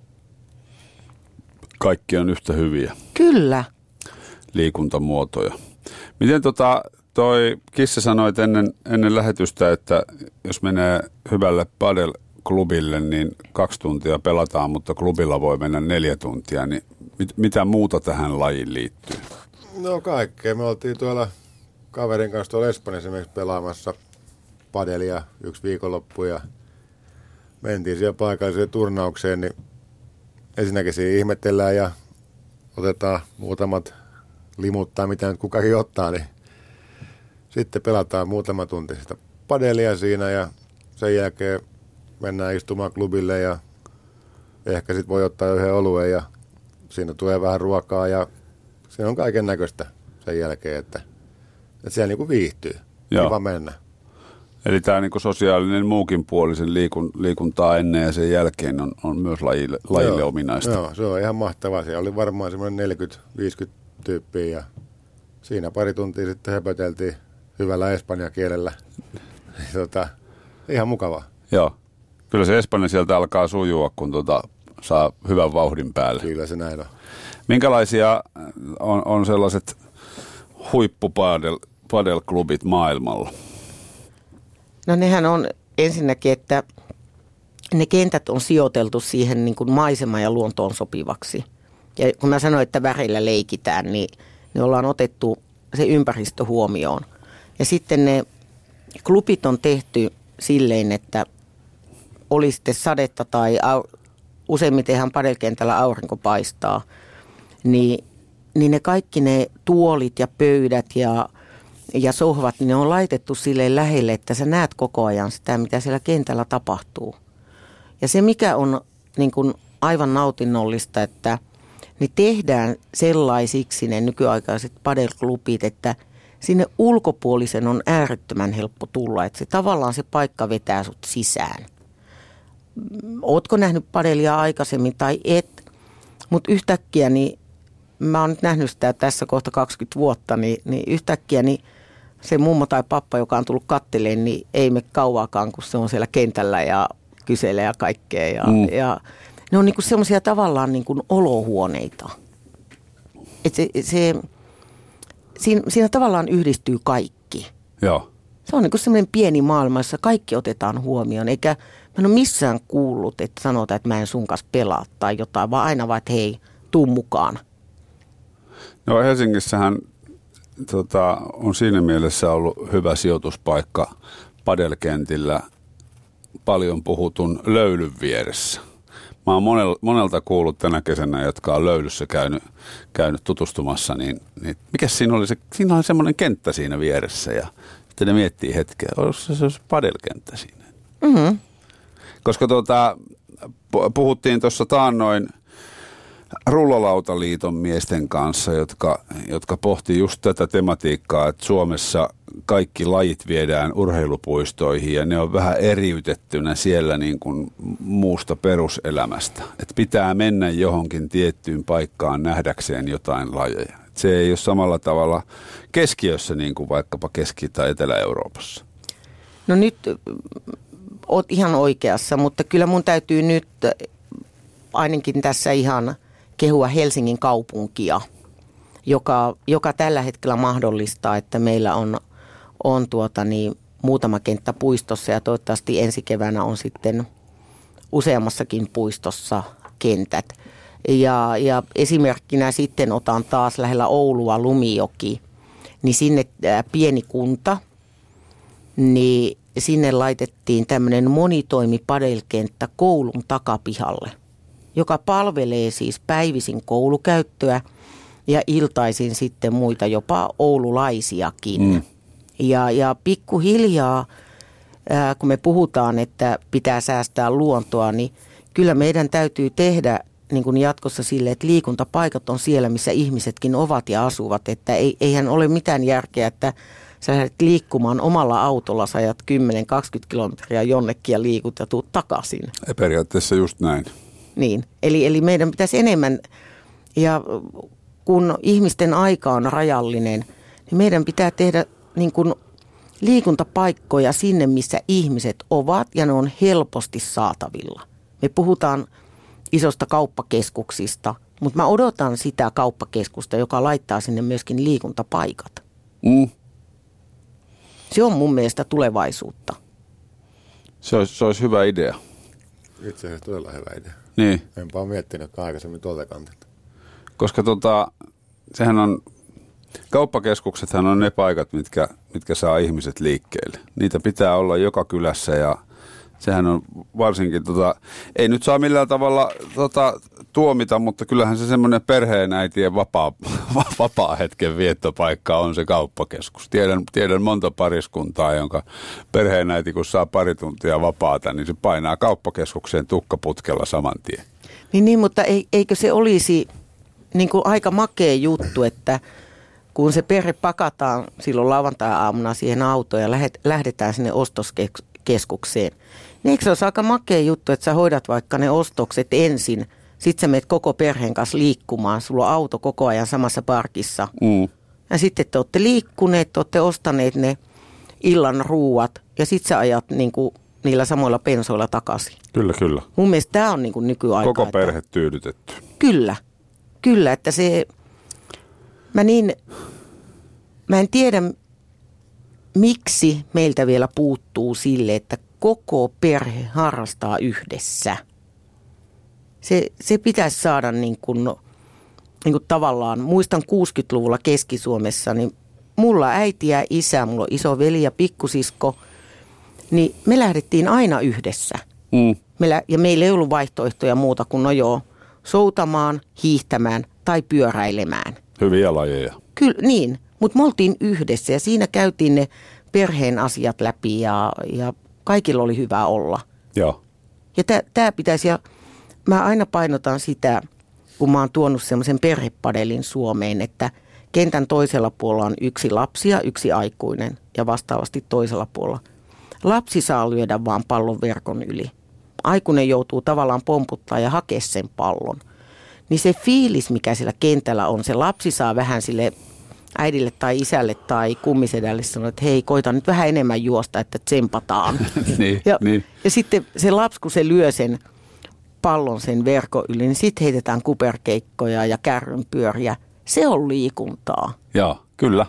Kaikki on yhtä hyviä. Kyllä. Liikuntamuotoja. Miten tota, toi Kissa sanoit ennen, ennen lähetystä, että jos menee hyvälle padel-klubille, niin kaksi tuntia pelataan, mutta klubilla voi mennä neljä tuntia, niin mit, mitä muuta tähän lajiin liittyy? No kaikkea. Me oltiin tuolla kaverin kanssa tuolla Espanjassa esimerkiksi pelaamassa padelia yksi viikonloppu ja mentiin siellä paikalliseen turnaukseen, niin ensinnäkin siinä ihmetellään ja otetaan muutamat limut tai mitä nyt kukakin ottaa, niin sitten pelataan muutama tunti sitä padelia siinä ja sen jälkeen mennään istumaan klubille ja ehkä sitten voi ottaa yhden oluen ja siinä tulee vähän ruokaa ja siinä on kaiken näköistä sen jälkeen, että, että siellä niinku viihtyy. Joo. Kiva mennä. Eli tämä niinku sosiaalinen muukin puolisen liikun, liikuntaa ennen ja sen jälkeen on, on myös lajille, lajille joo, ominaista. Joo, se on ihan mahtavaa. Siellä oli varmaan semmoinen neljäkymmentä viisikymmentä tyyppiä ja siinä pari tuntia sitten höpöteltiin hyvällä espanjan kielellä. tota, ihan mukavaa. Joo. Kyllä se Espanja sieltä alkaa sujua, kun tota saa hyvän vauhdin päälle. Kyllä se näin on. Minkälaisia on, on sellaiset huippupadel-klubit maailmalla? No nehän on ensinnäkin, että ne kentät on sijoiteltu siihen niin kuin maisema- ja luontoon sopivaksi. Ja kun mä sanoin, että värillä leikitään, niin ne ollaan otettu se ympäristö huomioon. Ja sitten ne klubit on tehty silleen, että oli sitten sadetta tai au, useimmitenhan padelkentällä aurinko paistaa, niin, niin ne kaikki ne tuolit ja pöydät ja, ja sohvat, niin ne on laitettu silleen lähelle, että sä näet koko ajan sitä, mitä siellä kentällä tapahtuu. Ja se, mikä on niin kuin aivan nautinnollista, että ne tehdään sellaisiksi ne nykyaikaiset padelklubit, että sinne ulkopuolisen on äärettömän helppo tulla, että se tavallaan se paikka vetää sut sisään. Ootko nähnyt padelia aikaisemmin tai et, mutta yhtäkkiä, niin mä oon nyt nähnyt sitä tässä kohta kaksikymmentä vuotta, niin, niin yhtäkkiä niin se mummo tai pappa, joka on tullut katteleen, niin ei me kauaakaan, kun se on siellä kentällä ja kyselee ja kaikkea. Ja, mm. ja ne on niinku semmoisia tavallaan niinku olohuoneita. Et se, se, siinä, siinä tavallaan yhdistyy kaikki. Joo. Se on niinku semmoinen pieni maailma, jossa kaikki otetaan huomioon. Eikä mä en ole missään kuullut, että sanotaan, että mä en sun kanssa pelaa tai jotain, vaan aina vaan, että hei, tuu mukaan. No Helsingissähän tota, on siinä mielessä ollut hyvä sijoituspaikka padelkentillä paljon puhutun löylyn vieressä. Mä oon monel, monelta kuullut tänä kesänä, jotka on löylyssä käynyt, käynyt tutustumassa, niin, niin mikä siinä oli? Se, siinä oli semmoinen kenttä siinä vieressä ja sitten ne miettii hetkeä, olisiko se, se padelkenttä siinä? Mm-hmm. Koska tuota, puhuttiin tuossa taannoin Rullalautaliiton miesten kanssa, jotka, jotka pohti just tätä tematiikkaa, että Suomessa kaikki lajit viedään urheilupuistoihin ja ne on vähän eriytettynä siellä niin kuin muusta peruselämästä. Että pitää mennä johonkin tiettyyn paikkaan nähdäkseen jotain lajeja. Et se ei ole samalla tavalla keskiössä niin kuin vaikkapa Keski- tai Etelä-Euroopassa. No nyt oot ihan oikeassa, mutta kyllä mun täytyy nyt ainakin tässä ihan kehua Helsingin kaupunkia, joka, joka tällä hetkellä mahdollistaa, että meillä on, on tuota niin, muutama kenttä puistossa ja toivottavasti ensi keväänä on sitten useammassakin puistossa kentät. Ja, ja esimerkkinä sitten otan taas lähellä Oulua Lumijoki, niin sinne ää, pieni kunta, niin sinne laitettiin tämmöinen monitoimipadelkenttä koulun takapihalle, joka palvelee siis päivisin koulukäyttöä ja iltaisin sitten muita jopa oululaisiakin. Mm. Ja, ja pikkuhiljaa, ää, kun me puhutaan, että pitää säästää luontoa, niin kyllä meidän täytyy tehdä niin kuin jatkossa sille, että liikuntapaikat on siellä, missä ihmisetkin ovat ja asuvat. Että ei, eihän ole mitään järkeä, että sä lähdet liikkumaan omalla autolla, sä ajat kymmenen kaksikymmentä kilometriä jonnekin ja liikut ja tuut takaisin. Ei periaatteessa just näin. Niin, eli, eli meidän pitäisi enemmän, ja kun ihmisten aika on rajallinen, niin meidän pitää tehdä niin kuin liikuntapaikkoja sinne, missä ihmiset ovat ja ne on helposti saatavilla. Me puhutaan isosta kauppakeskuksista, mutta mä odotan sitä kauppakeskusta, joka laittaa sinne myöskin liikuntapaikat. Mm. Se on mun mielestä tulevaisuutta. Se olisi, se olisi hyvä idea. Itse asiassa todella hyvä idea. Niin. Enpä ole miettinyt aikaisemmin tuolta kantilta. Koska tota, sehän on, Kauppakeskuksethan on ne paikat, mitkä, mitkä saa ihmiset liikkeelle. Niitä pitää olla joka kylässä ja sehän on varsinkin, tota, ei nyt saa millään tavalla tota, tuomita, mutta kyllähän se semmoinen perheenäitien vapaa, vapaa hetken viettopaikka on se kauppakeskus. Tiedän, tiedän monta pariskuntaa, jonka perheenäiti kun saa pari tuntia vapaata, niin se painaa kauppakeskukseen tukkaputkella saman tien. Niin, niin mutta eikö se olisi niin kuin aika makea juttu, että kun se perhe pakataan silloin lauantai-aamuna siihen autoon ja lähdetään sinne ostoskeskukseen, niin eikö se olisi aika makea juttu, että sä hoidat vaikka ne ostokset ensin, sit sä menet koko perheen kanssa liikkumaan, sulla on auto koko ajan samassa parkissa. Mm. Ja sitten te olette liikkuneet, te olette ostaneet ne illan ruuat ja sit sä ajat niin kuin niillä samoilla pensoilla takaisin. Kyllä, kyllä. Mun mielestä tämä on niin kuin nykyaika. Koko perhe että, tyydytetty. Kyllä, kyllä, että se, mä niin, mä en tiedä miksi meiltä vielä puuttuu sille, että koko perhe harrastaa yhdessä. Se, se pitäisi saada niin kuin, niin kuin tavallaan, muistan kuusikymmentäluvulla Keski-Suomessa, niin mulla äiti ja isä, mulla on iso veli ja pikkusisko, niin me lähdettiin aina yhdessä. Mm. Meillä, ja meillä ei ollut vaihtoehtoja muuta kuin no joo, soutamaan, hiihtämään tai pyöräilemään. Hyviä lajeja. Kyllä, niin, mutta me oltiin yhdessä ja siinä käytiin ne perheen asiat läpi ja, ja kaikilla oli hyvä olla. Joo. Ja tämä pitäisi, ja mä aina painotan sitä, kun mä oon tuonut semmoisen perhepadelin Suomeen, että kentän toisella puolella on yksi lapsi ja yksi aikuinen ja vastaavasti toisella puolella. Lapsi saa lyödä vaan pallon verkon yli. Aikuinen joutuu tavallaan pomputtaa ja hakea sen pallon. Niin se fiilis, mikä siellä kentällä on, se lapsi saa vähän sille äidille tai isälle tai kummisedälle sanoa, että hei, koita nyt vähän enemmän juosta, että tsempataan. niin, ja, niin. ja sitten se lapsi, kun se lyö sen pallon sen verkon yli, niin sitten heitetään kuperkeikkoja ja kärrynpyöriä. Se on liikuntaa. Joo, kyllä.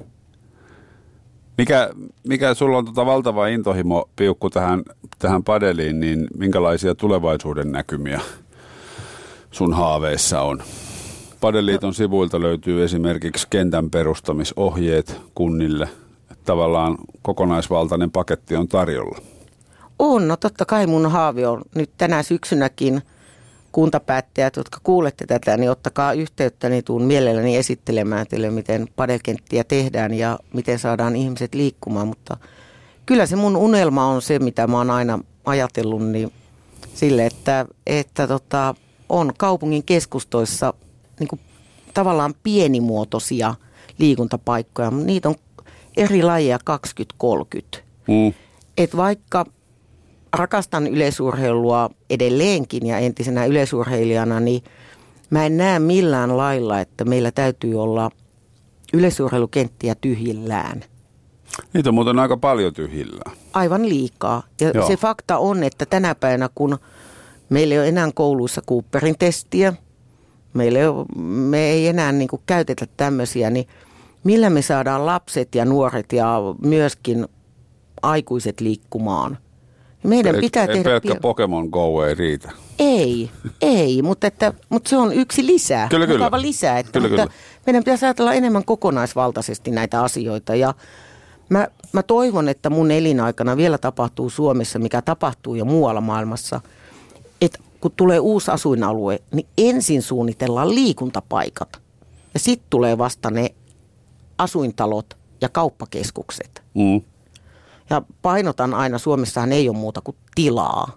Mikä, mikä sulla on tota valtava intohimo, Piukku, tähän, tähän padeliin, niin minkälaisia tulevaisuuden näkymiä sun haaveissa on? Padeliiton sivuilta löytyy esimerkiksi kentän perustamisohjeet kunnille. Tavallaan kokonaisvaltainen paketti on tarjolla. On, no totta kai mun haave on nyt tänä syksynäkin kuntapäättäjät, jotka kuulette tätä, niin ottakaa yhteyttä, niin tuun mielelläni esittelemään teille, miten padelkenttiä tehdään ja miten saadaan ihmiset liikkumaan. Mutta kyllä se mun unelma on se, mitä mä oon aina ajatellut, niin sille, että, että tota, on kaupungin keskustoissa niin kuin tavallaan pienimuotoisia liikuntapaikkoja, mutta niitä on eri lajeja kaksikymmentä kolmekymmentä. Mm. Et vaikka rakastan yleisurheilua edelleenkin ja entisenä yleisurheilijana, niin mä en näe millään lailla, että meillä täytyy olla yleisurheilukenttiä tyhjillään. Niitä on muuten aika paljon tyhjillään. Aivan liikaa. Ja Joo. se fakta on, että tänä päivänä, kun meillä ei ole enää kouluissa Cooperin testiä, meillä ei ole, me ei enää niin kuin käytetä tämmöisiä, niin millä me saadaan lapset ja nuoret ja myöskin aikuiset liikkumaan? Meidän Pel- pitää tehdä pelkkä pian... Pokemon Go ei riitä. Ei, ei, mutta, että, mutta se on yksi lisää. Kyllä, kyllä. lisää. Että, kyllä, mutta kyllä. Meidän pitäisi ajatella enemmän kokonaisvaltaisesti näitä asioita. Ja mä, mä toivon, että mun elinaikana vielä tapahtuu Suomessa, mikä tapahtuu jo muualla maailmassa, että kun tulee uusi asuinalue, niin ensin suunnitellaan liikuntapaikat. Ja sitten tulee vasta ne asuintalot ja kauppakeskukset. Mm. Ja painotan aina, Suomessahan ei ole muuta kuin tilaa.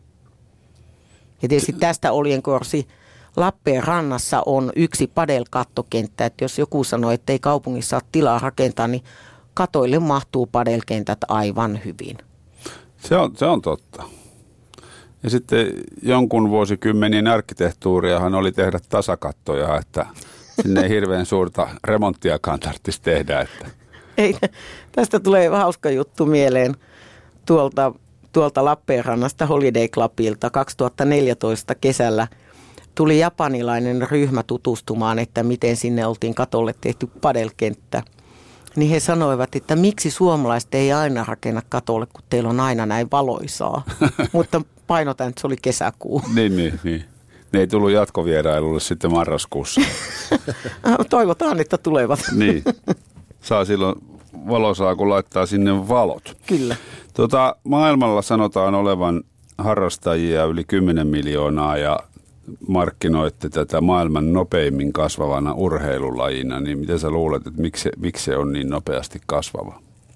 Ja tietysti tästä Oljenkorsi Lappeenrannassa on yksi padelkattokenttä. Että jos joku sanoo, että ei kaupungissa ole tilaa rakentaa, niin katoille mahtuu padelkentät aivan hyvin. Se on, se on totta. Ja sitten jonkun vuosikymmenien arkkitehtuuriahan oli tehdä tasakattoja, että sinne ei hirveän suurta remonttiakaan tarvitsisi tehdä. Että. Ei, tästä tulee hauska juttu mieleen tuolta, tuolta Lappeenrannasta Holiday Clubilta kaksituhattaneljätoista kesällä. Tuli japanilainen ryhmä tutustumaan, että miten sinne oltiin katolle tehty padelkenttä. Niin he sanoivat, että miksi suomalaiset ei aina rakenna katolle, kun teillä on aina näin valoisaa. Mutta painotan, että se oli kesäkuu. Niin, niin, niin. Ne ei tullut jatkovierailulle sitten marraskuussa. Toivotaan, että tulevat. Niin. Saa silloin valosaa, kun laittaa sinne valot. Kyllä. Tota, maailmalla sanotaan olevan harrastajia yli kymmenen miljoonaa ja markkinoitte tätä maailman nopeimmin kasvavana urheilulajina, niin miten sä luulet, että miksi, miksi se on niin nopeasti kasvava?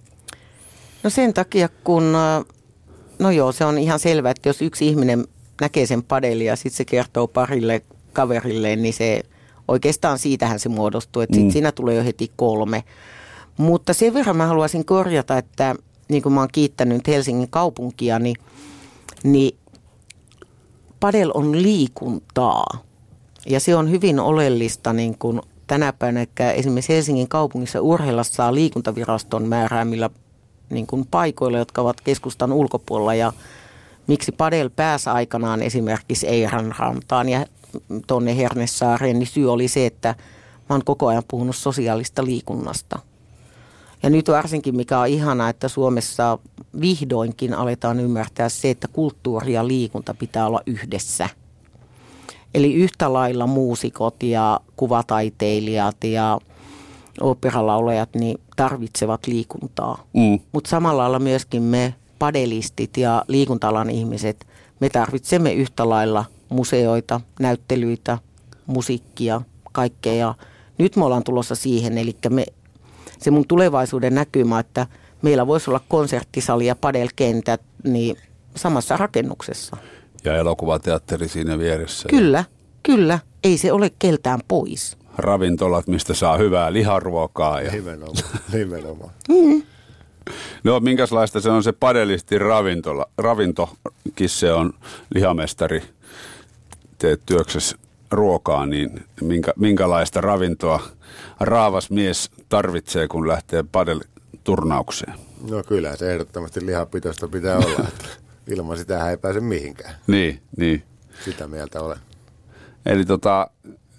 No sen takia, kun, no joo, se on ihan selvä, että jos yksi ihminen näkee sen padelin ja sitten se kertoo parille kaverilleen, niin se oikeastaan siitähän se muodostuu, että sitten mm. siinä tulee jo heti kolme. Mutta sen verran mä haluaisin korjata, että niin kuin mä oon kiittänyt Helsingin kaupunkia, niin, niin padel on liikuntaa ja se on hyvin oleellista niin kuin tänä päivänä, että esimerkiksi Helsingin kaupungissa urheilla saa liikuntaviraston määräämillä niin kuin paikoilla, jotka ovat keskustan ulkopuolella ja miksi padel pääsi aikanaan esimerkiksi Eiran rantaan ja tuonne Hernesaareen, niin syy oli se, että mä oon koko ajan puhunut sosiaalista liikunnasta. Ja nyt varsinkin mikä on ihanaa, että Suomessa vihdoinkin aletaan ymmärtää se, että kulttuuri ja liikunta pitää olla yhdessä. Eli yhtä lailla muusikot ja kuvataiteilijat ja oopperalaulajat niin tarvitsevat liikuntaa. Mm. Mutta samalla lailla myöskin me padelistit ja liikunta-alan ihmiset, me tarvitsemme yhtä lailla museoita, näyttelyitä, musiikkia, kaikkea. Ja nyt me ollaan tulossa siihen, eli me, se mun tulevaisuuden näkymä, että meillä voisi olla konserttisali ja padelkentät niin samassa rakennuksessa. Ja elokuvateatteri siinä vieressä. Kyllä, kyllä. Ei se ole keltään pois. Ravintolat, mistä saa hyvää liharuokaa. Ja... Nimenomaan. Nimenomaan. Mm. No, minkälaista se on se padelistin ravintola? Ravintokin se on lihamestari, teet työksessä ruokaa, niin minkä, minkälaista ravintoa raavas mies tarvitsee, kun lähtee padelturnaukseen? No kyllä, se ehdottomasti lihapitoista pitää olla, että ilman sitä ei pääse mihinkään. Niin, niin. Sitä mieltä olen. Eli tota,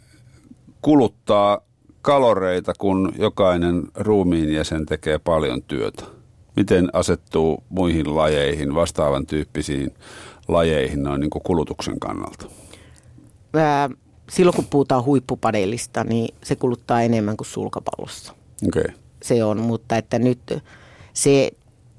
kuluttaa kaloreita, kun jokainen ruumiin jäsen tekee paljon työtä. Miten asettuu muihin lajeihin, vastaavan tyyppisiin lajeihin noin niin kuin kulutuksen kannalta? Ää, silloin kun puhutaan huippupadelista, niin se kuluttaa enemmän kuin sulkapallossa. Okay. Se on, mutta että nyt se,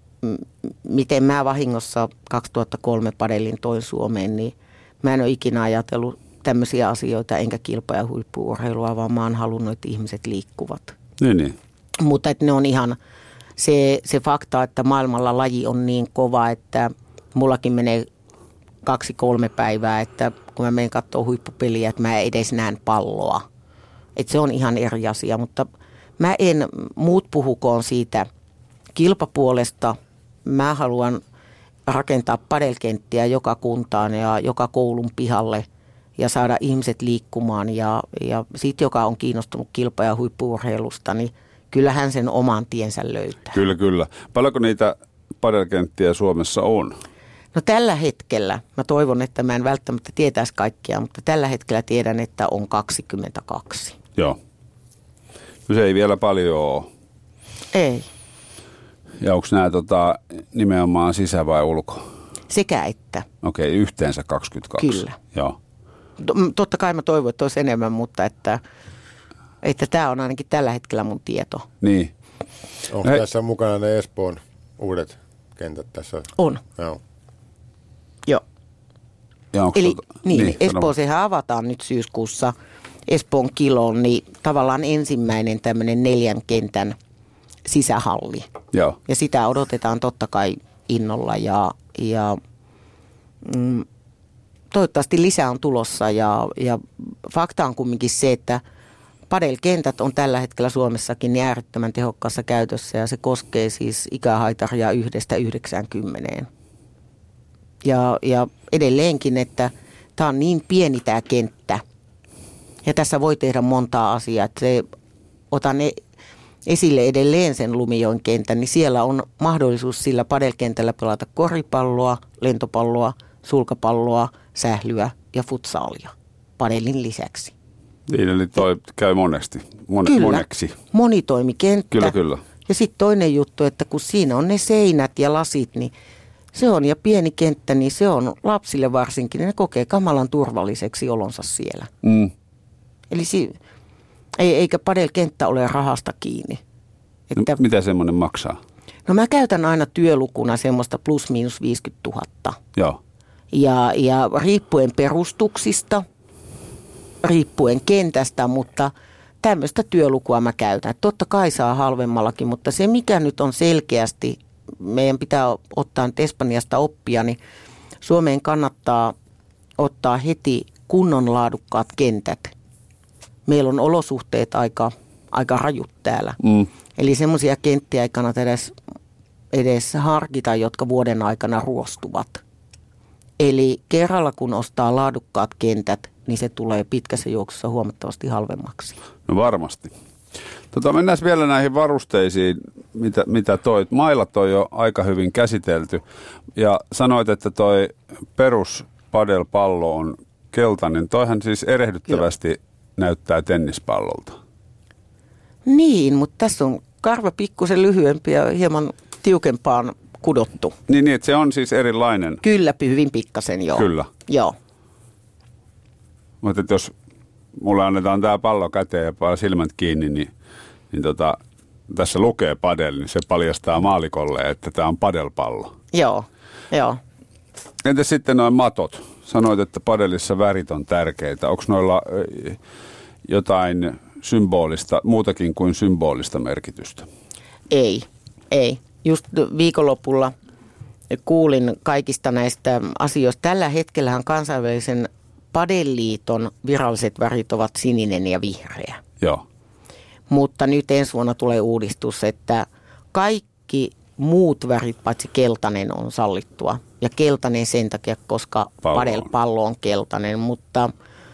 miten mä vahingossa kaksituhattakolme padelin toin Suomeen, niin mä en ole ikinä ajatellut tämmöisiä asioita enkä kilpa- ja huippu-urheilua, vaan mä oon halunnut, että ihmiset liikkuvat. Niin, niin. Mutta että ne on ihan se, se fakta, että maailmalla laji on niin kova, että mullakin menee kaksi kolme päivää, että kun mä menen katsoa huippupeliä, että mä edes näen palloa. Että se on ihan eri asia, mutta mä en, muut puhukoon siitä kilpapuolesta. Mä haluan rakentaa padelkenttiä joka kuntaan ja joka koulun pihalle ja saada ihmiset liikkumaan. Ja, ja siitä, joka on kiinnostunut kilpa- ja huippu-urheilusta, niin kyllähän sen oman tiensä löytää. Kyllä, kyllä. Paljonko niitä padelkenttiä Suomessa on? No tällä hetkellä, mä toivon, että mä en välttämättä tietäisi kaikkia, mutta tällä hetkellä tiedän, että on kaksikymmentäkaksi. Joo. No se ei vielä paljon ole. Ei. Ja onko nämä tota, nimenomaan sisä- vai ulko? Sekä että. Okei, yhteensä kaksikymmentäkaksi. Kyllä. Joo. Totta kai mä toivon, että olisi enemmän, mutta että, että tämä on ainakin tällä hetkellä mun tieto. Niin. Onko Hei. tässä mukana ne Espoon uudet kentät tässä? On. Joo. Joo. Ja Eli tuota, niin, niin Espooseenhan avataan nyt syyskuussa Espoon kiloon, niin tavallaan ensimmäinen tämmöinen neljän kentän sisähalli. Joo. Ja sitä odotetaan totta kai innolla ja, ja mm, toivottavasti lisää on tulossa ja, ja fakta on kumminkin se, että padelkentät on tällä hetkellä Suomessakin niin äärettömän tehokkaassa käytössä ja se koskee siis ikähaitaria yhdestä yhdeksäänkymmeneen. Ja, ja edelleenkin, että tämä on niin pieni tämä kenttä ja tässä voi tehdä montaa asiaa. Että se, otan esille edelleen sen Lumijoen kentän, niin siellä on mahdollisuus sillä padelkentällä pelata koripalloa, lentopalloa, sulkapalloa, sählyä ja futsaalia padelin lisäksi. Niin, eli toi käy monesti, Mon- kyllä, moneksi. monitoimikenttä. Kyllä, kyllä. Ja sitten toinen juttu, että kun siinä on ne seinät ja lasit, niin Se on, ja pieni kenttä, niin se on lapsille varsinkin, ne kokee kamalan turvalliseksi olonsa siellä. Mm. Eli si- ei, eikä padelkenttä ole rahasta kiinni. Että, No, mitä semmoinen maksaa? no mä käytän aina työlukuna semmoista plus miinus viisikymmentätuhatta. Joo. Ja, ja riippuen perustuksista, riippuen kentästä, mutta tämmöistä työlukua mä käytän. Totta kai saa halvemmallakin, mutta se mikä nyt on selkeästi, meidän pitää ottaa nyt Espanjasta oppia, niin Suomeen kannattaa ottaa heti kunnon laadukkaat kentät. Meillä on olosuhteet aika, aika rajut täällä. Mm. Eli semmoisia kenttiä ei kannata edes, edes harkita, jotka vuoden aikana ruostuvat. Eli kerralla kun ostaa laadukkaat kentät, niin se tulee pitkässä juoksussa huomattavasti halvemmaksi. No varmasti. Tota, mennään vielä näihin varusteisiin, mitä, mitä toit. Mailat on jo aika hyvin käsitelty. Ja sanoit, että toi peruspadelpallo on keltainen. Toihan siis erehdyttävästi Joo. näyttää tennispallolta. Niin, mutta tässä on karva pikkusen lyhyempi ja hieman tiukempaan kudottu. Niin, niin että se on siis erilainen. Kyllä, hyvin pikkasen, joo. Kyllä. Joo. Mutta jos mulle annetaan tämä pallo käteen ja vaan silmät kiinni, niin, niin tota, tässä lukee padel, niin se paljastaa maalikolle, että tämä on padelpallo. Joo, joo. Entäs sitten noin matot? Sanoit, että padelissa värit on tärkeitä. Onko noilla jotain symbolista, muutakin kuin symbolista merkitystä? Ei, ei. Just viikonlopulla kuulin kaikista näistä asioista. Tällä hetkellähän kansainvälisen Padeliiton viralliset värit ovat sininen ja vihreä. Joo. Mutta nyt ensi vuonna tulee uudistus, että kaikki muut värit paitsi keltainen on sallittua. Ja keltainen sen takia, koska Pallo. padelpallo on keltainen, mutta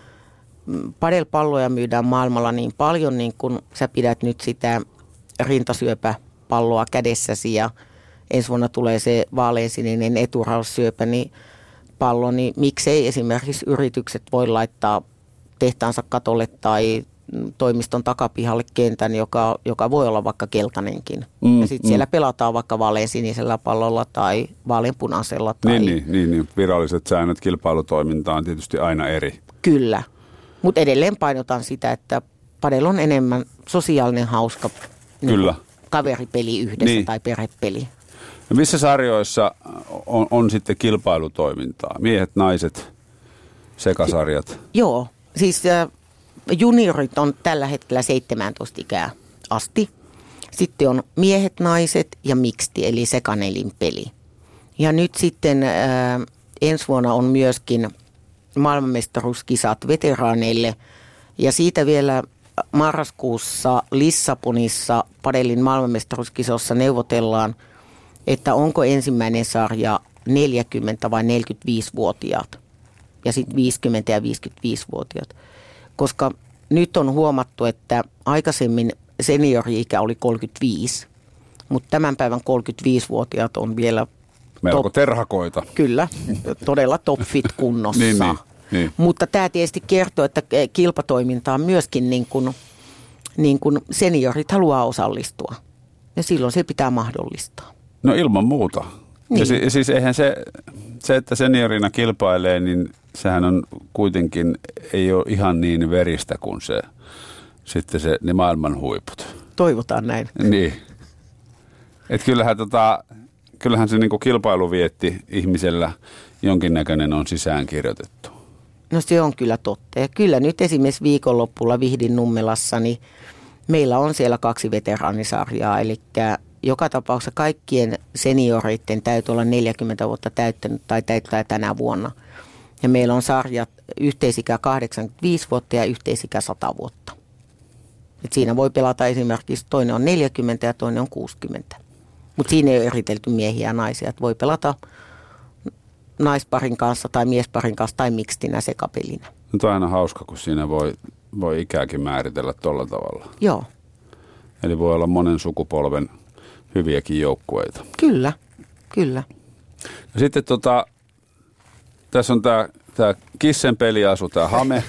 padelpalloja myydään maailmalla niin paljon, niin kun sä pidät nyt sitä rintasyöpäpalloa kädessäsi ja ensi vuonna tulee se vaaleansininen eturaussyöpä, niin pallo, niin miksei esimerkiksi yritykset voi laittaa tehtaansa katolle tai toimiston takapihalle kentän, joka, joka voi olla vaikka keltainenkin. Mm, ja sitten mm. siellä pelataan vaikka vaaleansinisellä pallolla tai vaaleanpunaisella. Tai... Niin, niin, niin, niin, viralliset säännöt kilpailutoimintaan on tietysti aina eri. Kyllä, mutta edelleen painotan sitä, että padel on enemmän sosiaalinen hauska Kyllä. Niin kaveripeli yhdessä niin. tai perhepeli. No missä sarjoissa on, on sitten kilpailutoimintaa? Miehet, naiset, sekasarjat? Joo, siis äh, juniorit on tällä hetkellä seitsemäntoista ikää asti. Sitten on miehet, naiset ja mixti, eli sekanelin peli. Ja nyt sitten äh, ensi vuonna on myöskin maailmanmestaruuskisat veteraaneille. Ja siitä vielä marraskuussa Lissabonissa padelin maailmanmestaruuskisossa neuvotellaan, että onko ensimmäinen sarja neljäkymmentä- vai neljäkymmentäviisivuotiaat ja sitten viisikymmentä- ja viisikymmentäviisivuotiaat. Koska nyt on huomattu, että aikaisemmin seniori-ikä oli kolmekymmentäviisi, mutta tämän päivän kolmekymmentäviisivuotiaat on vielä melko top, terhakoita. Kyllä, todella top fit kunnossa. niin, niin, niin. Mutta tämä tietysti kertoo, että kilpatoimintaan myöskin niin kuin, niin kuin seniorit haluaa osallistua ja silloin se pitää mahdollistaa. No ilman muuta. Niin. Ja si- siis eihän se, se, että seniorina kilpailee, niin sehän on kuitenkin, ei ole ihan niin veristä kuin se, sitten se, ne maailman huiput. Toivotaan näin. Niin. Et kyllähän, tota, kyllähän se niinku kilpailuvietti ihmisellä jonkinnäköinen on sisään kirjoitettu. No se on kyllä totta. Ja kyllä nyt esimerkiksi viikonloppulla Vihdin Nummelassa, niin meillä on siellä kaksi veteraanisarjaa, eli joka tapauksessa kaikkien senioreiden täytyy olla neljäkymmentä vuotta täyttänyt tai täyttää tänä vuonna. Ja meillä on sarjat yhteisikä kahdeksankymmentäviisi vuotta ja yhteisikä sata vuotta. Et siinä voi pelata esimerkiksi, toinen on neljäkymmentä ja toinen on kuusikymmentä. Mutta siinä ei ole eritelty miehiä ja naisia. Et voi pelata naisparin kanssa tai miesparin kanssa tai mikstinä sekapelinä. No toi on aina hauska, kun siinä voi, voi ikääkin määritellä tolla tavalla. Joo. Eli voi olla monen sukupolven hyviäkin joukkueita. Kyllä, kyllä. Ja sitten tota, tässä on tämä tää Kissen peliasu, tämä hame.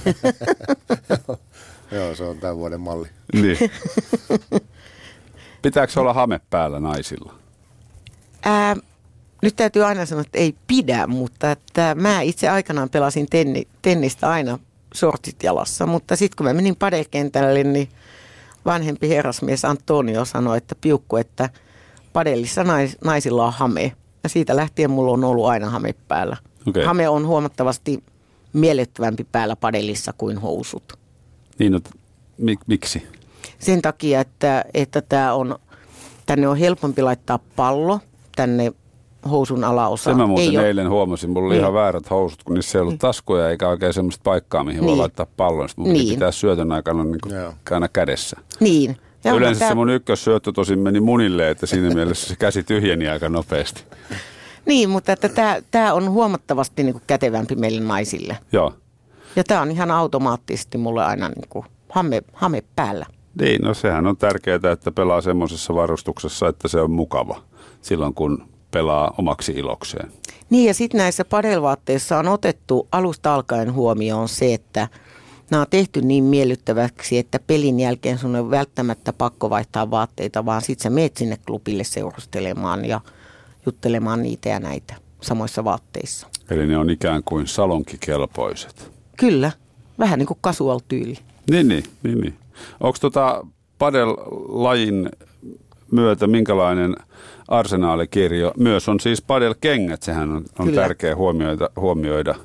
Joo, se on tämän vuoden malli. Niin. Pitääkö olla hame päällä naisilla? Ää, nyt täytyy aina sanoa, että ei pidä, mutta että mä itse aikanaan pelasin tenni, tennistä aina shortsit jalassa, mutta sitten kun mä menin padelkentälle, niin vanhempi herrasmies Antonio sanoi, että piukku, että padellissa nais, naisilla on hame. Ja siitä lähtien mulla on ollut aina hame päällä. Okay. Hame on huomattavasti miellyttävämpi päällä padellissa kuin housut. Niin, no, mik, miksi? Sen takia, että, että tää on, tänne on helpompi laittaa pallo, tänne housun alaosa. Se mä muuten ei eilen ole... huomasin, mulla oli niin. ihan väärät housut, kun niissä ei ollut taskuja eikä oikein semmoista paikkaa, mihin niin. voi laittaa pallon. Sitten mun niin. pitää syötön aikana niin kuin aina kädessä. Niin. Ja yleensä tämä... se mun ykkössyöttö tosin meni munille, että siinä mielessä se käsi tyhjeni aika nopeasti. Niin, mutta että tämä, tämä on huomattavasti niin kuin kätevämpi meille naisille. Joo. Ja tämä on ihan automaattisesti mulle aina niin kuin hame, hame päällä. Niin, no sehän on tärkeää, että pelaa semmoisessa varustuksessa, että se on mukava silloin, kun pelaa omaksi ilokseen. Niin, ja sitten näissä padelvaatteissa on otettu alusta alkaen huomioon se, että nämä on tehty niin miellyttäväksi, että pelin jälkeen sun on välttämättä pakko vaihtaa vaatteita, vaan sitten sä meet sinne klubille seurustelemaan ja juttelemaan niitä ja näitä samoissa vaatteissa. Eli ne on ikään kuin salonkikelpoiset. Kyllä, vähän niin kuin casual tyyli. Niin, niin, niin. niin. Onko tota padel-lajin myötä minkälainen arsenaalikirjo? Myös on siis padel-kengät, sehän on, on tärkeä huomioida, huomioida.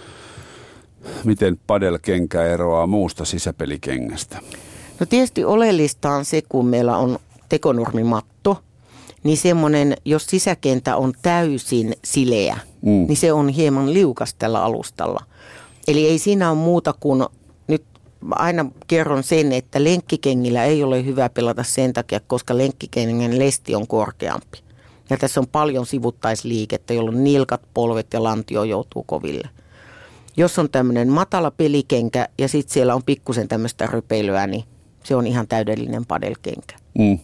Miten padel-kenkä eroaa muusta sisäpelikengästä? No tietysti oleellista on se, kun meillä on tekonurmimatto, niin semmoinen, jos sisäkentä on täysin sileä, mm. niin se on hieman liukas tällä alustalla. Eli ei siinä ole muuta kuin, nyt aina kerron sen, että lenkkikengillä ei ole hyvä pelata sen takia, koska lenkkikengän lesti on korkeampi. Ja tässä on paljon sivuttaisliikettä, jolloin nilkat, polvet ja lantio joutuu koville. Jos on tämmöinen matala pelikenkä ja sitten siellä on pikkusen tämmöistä rypeilyä, niin se on ihan täydellinen padelkenkä. Mm.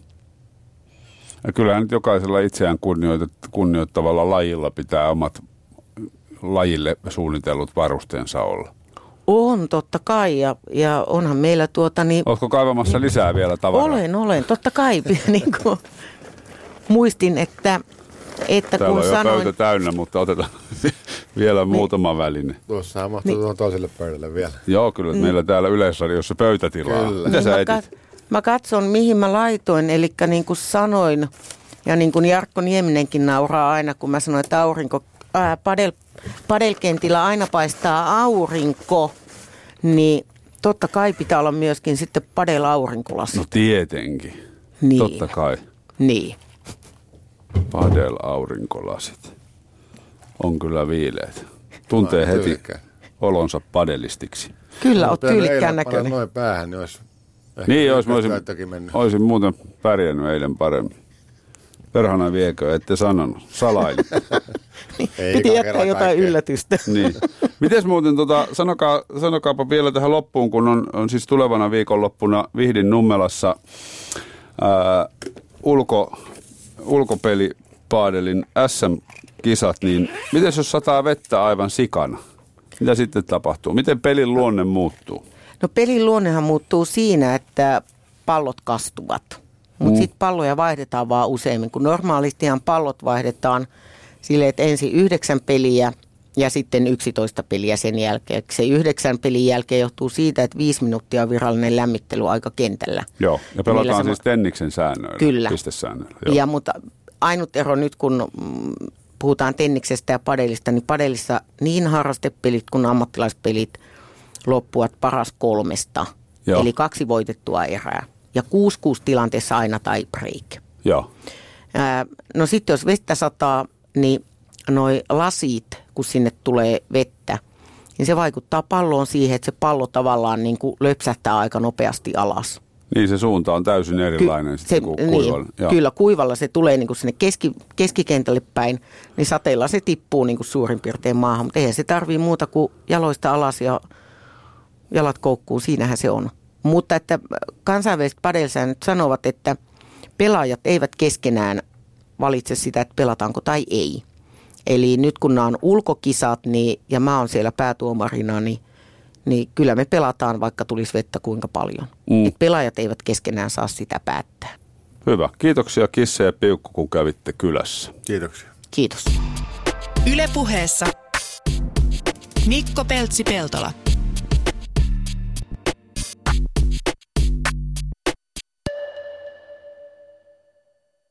Ja kyllähän nyt jokaisella itseään kunnioittavalla lajilla pitää omat lajille suunnitellut varusteensa olla. On, totta kai. Ja, ja onhan meillä tuota niin... Oletko kaivamassa lisää vielä tavaraa? Olen, olen. Totta kai. niin kuin, muistin, että... Että Täällä kun on jo sanoin... pöytä täynnä, mutta otetaan vielä niin. muutama väline. Tuossa mahtuu niin. tuohon toiselle pöydälle vielä. Joo, kyllä. Mm. Meillä täällä Yleisradiossa pöytätilaa. Kyllä. Mitä niin sä mä, etit? kat, mä katson, mihin mä laitoin. Eli niin kuin sanoin, ja niin kuin Jarkko Nieminenkin nauraa aina, kun mä sanoin, että aurinko, ää, padel, padelkentillä aina paistaa aurinko, niin totta kai pitää olla myöskin sitten padel-aurinkolasit. No tietenkin. Niin. Totta kai. Niin. Padel-aurinkolasit. On kyllä viileet. Tuntee heti tyylikkään olonsa padelistiksi. Kyllä, oot tyylikkään näköinen. Noin päähän, niin olisi... Niin, jos mä olisin, olisin muuten pärjännyt eilen paremmin. Perhana viekö, ette sanonut. Salaili. Piti jättää jotain kaikkea yllätystä. Niin. Mites muuten, tota, sanokaa, sanokaapa vielä tähän loppuun, kun on, on siis tulevana viikonloppuna Vihdin Nummelassa ää, ulko... ulkopelipaadelin äs äm-kisat, niin miten jos sataa vettä aivan sikana? Mitä sitten tapahtuu? Miten pelin luonne muuttuu? No pelin luonnehan muuttuu siinä, että pallot kastuvat. Mutta mm. sitten palloja vaihdetaan vaan useammin, kun normaalistihan pallot vaihdetaan silleen, että ensin yhdeksän peliä ja sitten yksitoista peliä sen jälkeen. Se yhdeksän pelin jälkeen johtuu siitä, että viisi minuuttia on virallinen lämmittelyaika kentällä. Joo, ja pelataan sama... siis tenniksen säännöillä, Kyllä. pistesäännöillä. Joo. Ja, mutta ainut ero nyt, kun puhutaan tenniksestä ja padelista, niin padelissa niin harrastepelit kuin ammattilaispelit loppuvat paras kolmesta. Joo. Eli kaksi voitettua erää. Ja kuusi kuusi tilanteessa aina tai break. Joo. Ää, no sitten jos vettä sataa, niin noi lasit, kun sinne tulee vettä, niin se vaikuttaa palloon siihen, että se pallo tavallaan niin kuin löpsähtää aika nopeasti alas. Niin, se suunta on täysin erilainen Ky- sitten kuin kuivalla. Niin, kyllä, kuivalla se tulee niin kuin sinne keski, keskikentälle päin, niin sateella se tippuu niin kuin suurin piirtein maahan. Mutta eihän se tarvii muuta kuin jaloista alas ja jalat koukkuun, siinähän se on. Mutta että kansainväliset padelsäännöt sanovat, että pelaajat eivät keskenään valitse sitä, että pelataanko tai ei. Eli nyt kun nämä on ulkokisat niin, ja mä oon siellä päätuomarina, niin, niin kyllä me pelataan, vaikka tulisi vettä kuinka paljon. Mm. Et pelaajat eivät keskenään saa sitä päättää. Hyvä. Kiitoksia Kisse ja Piukku, kun kävitte kylässä. Kiitoksia. Kiitos. Yle Puheessa Mikko Peltsi-Peltola.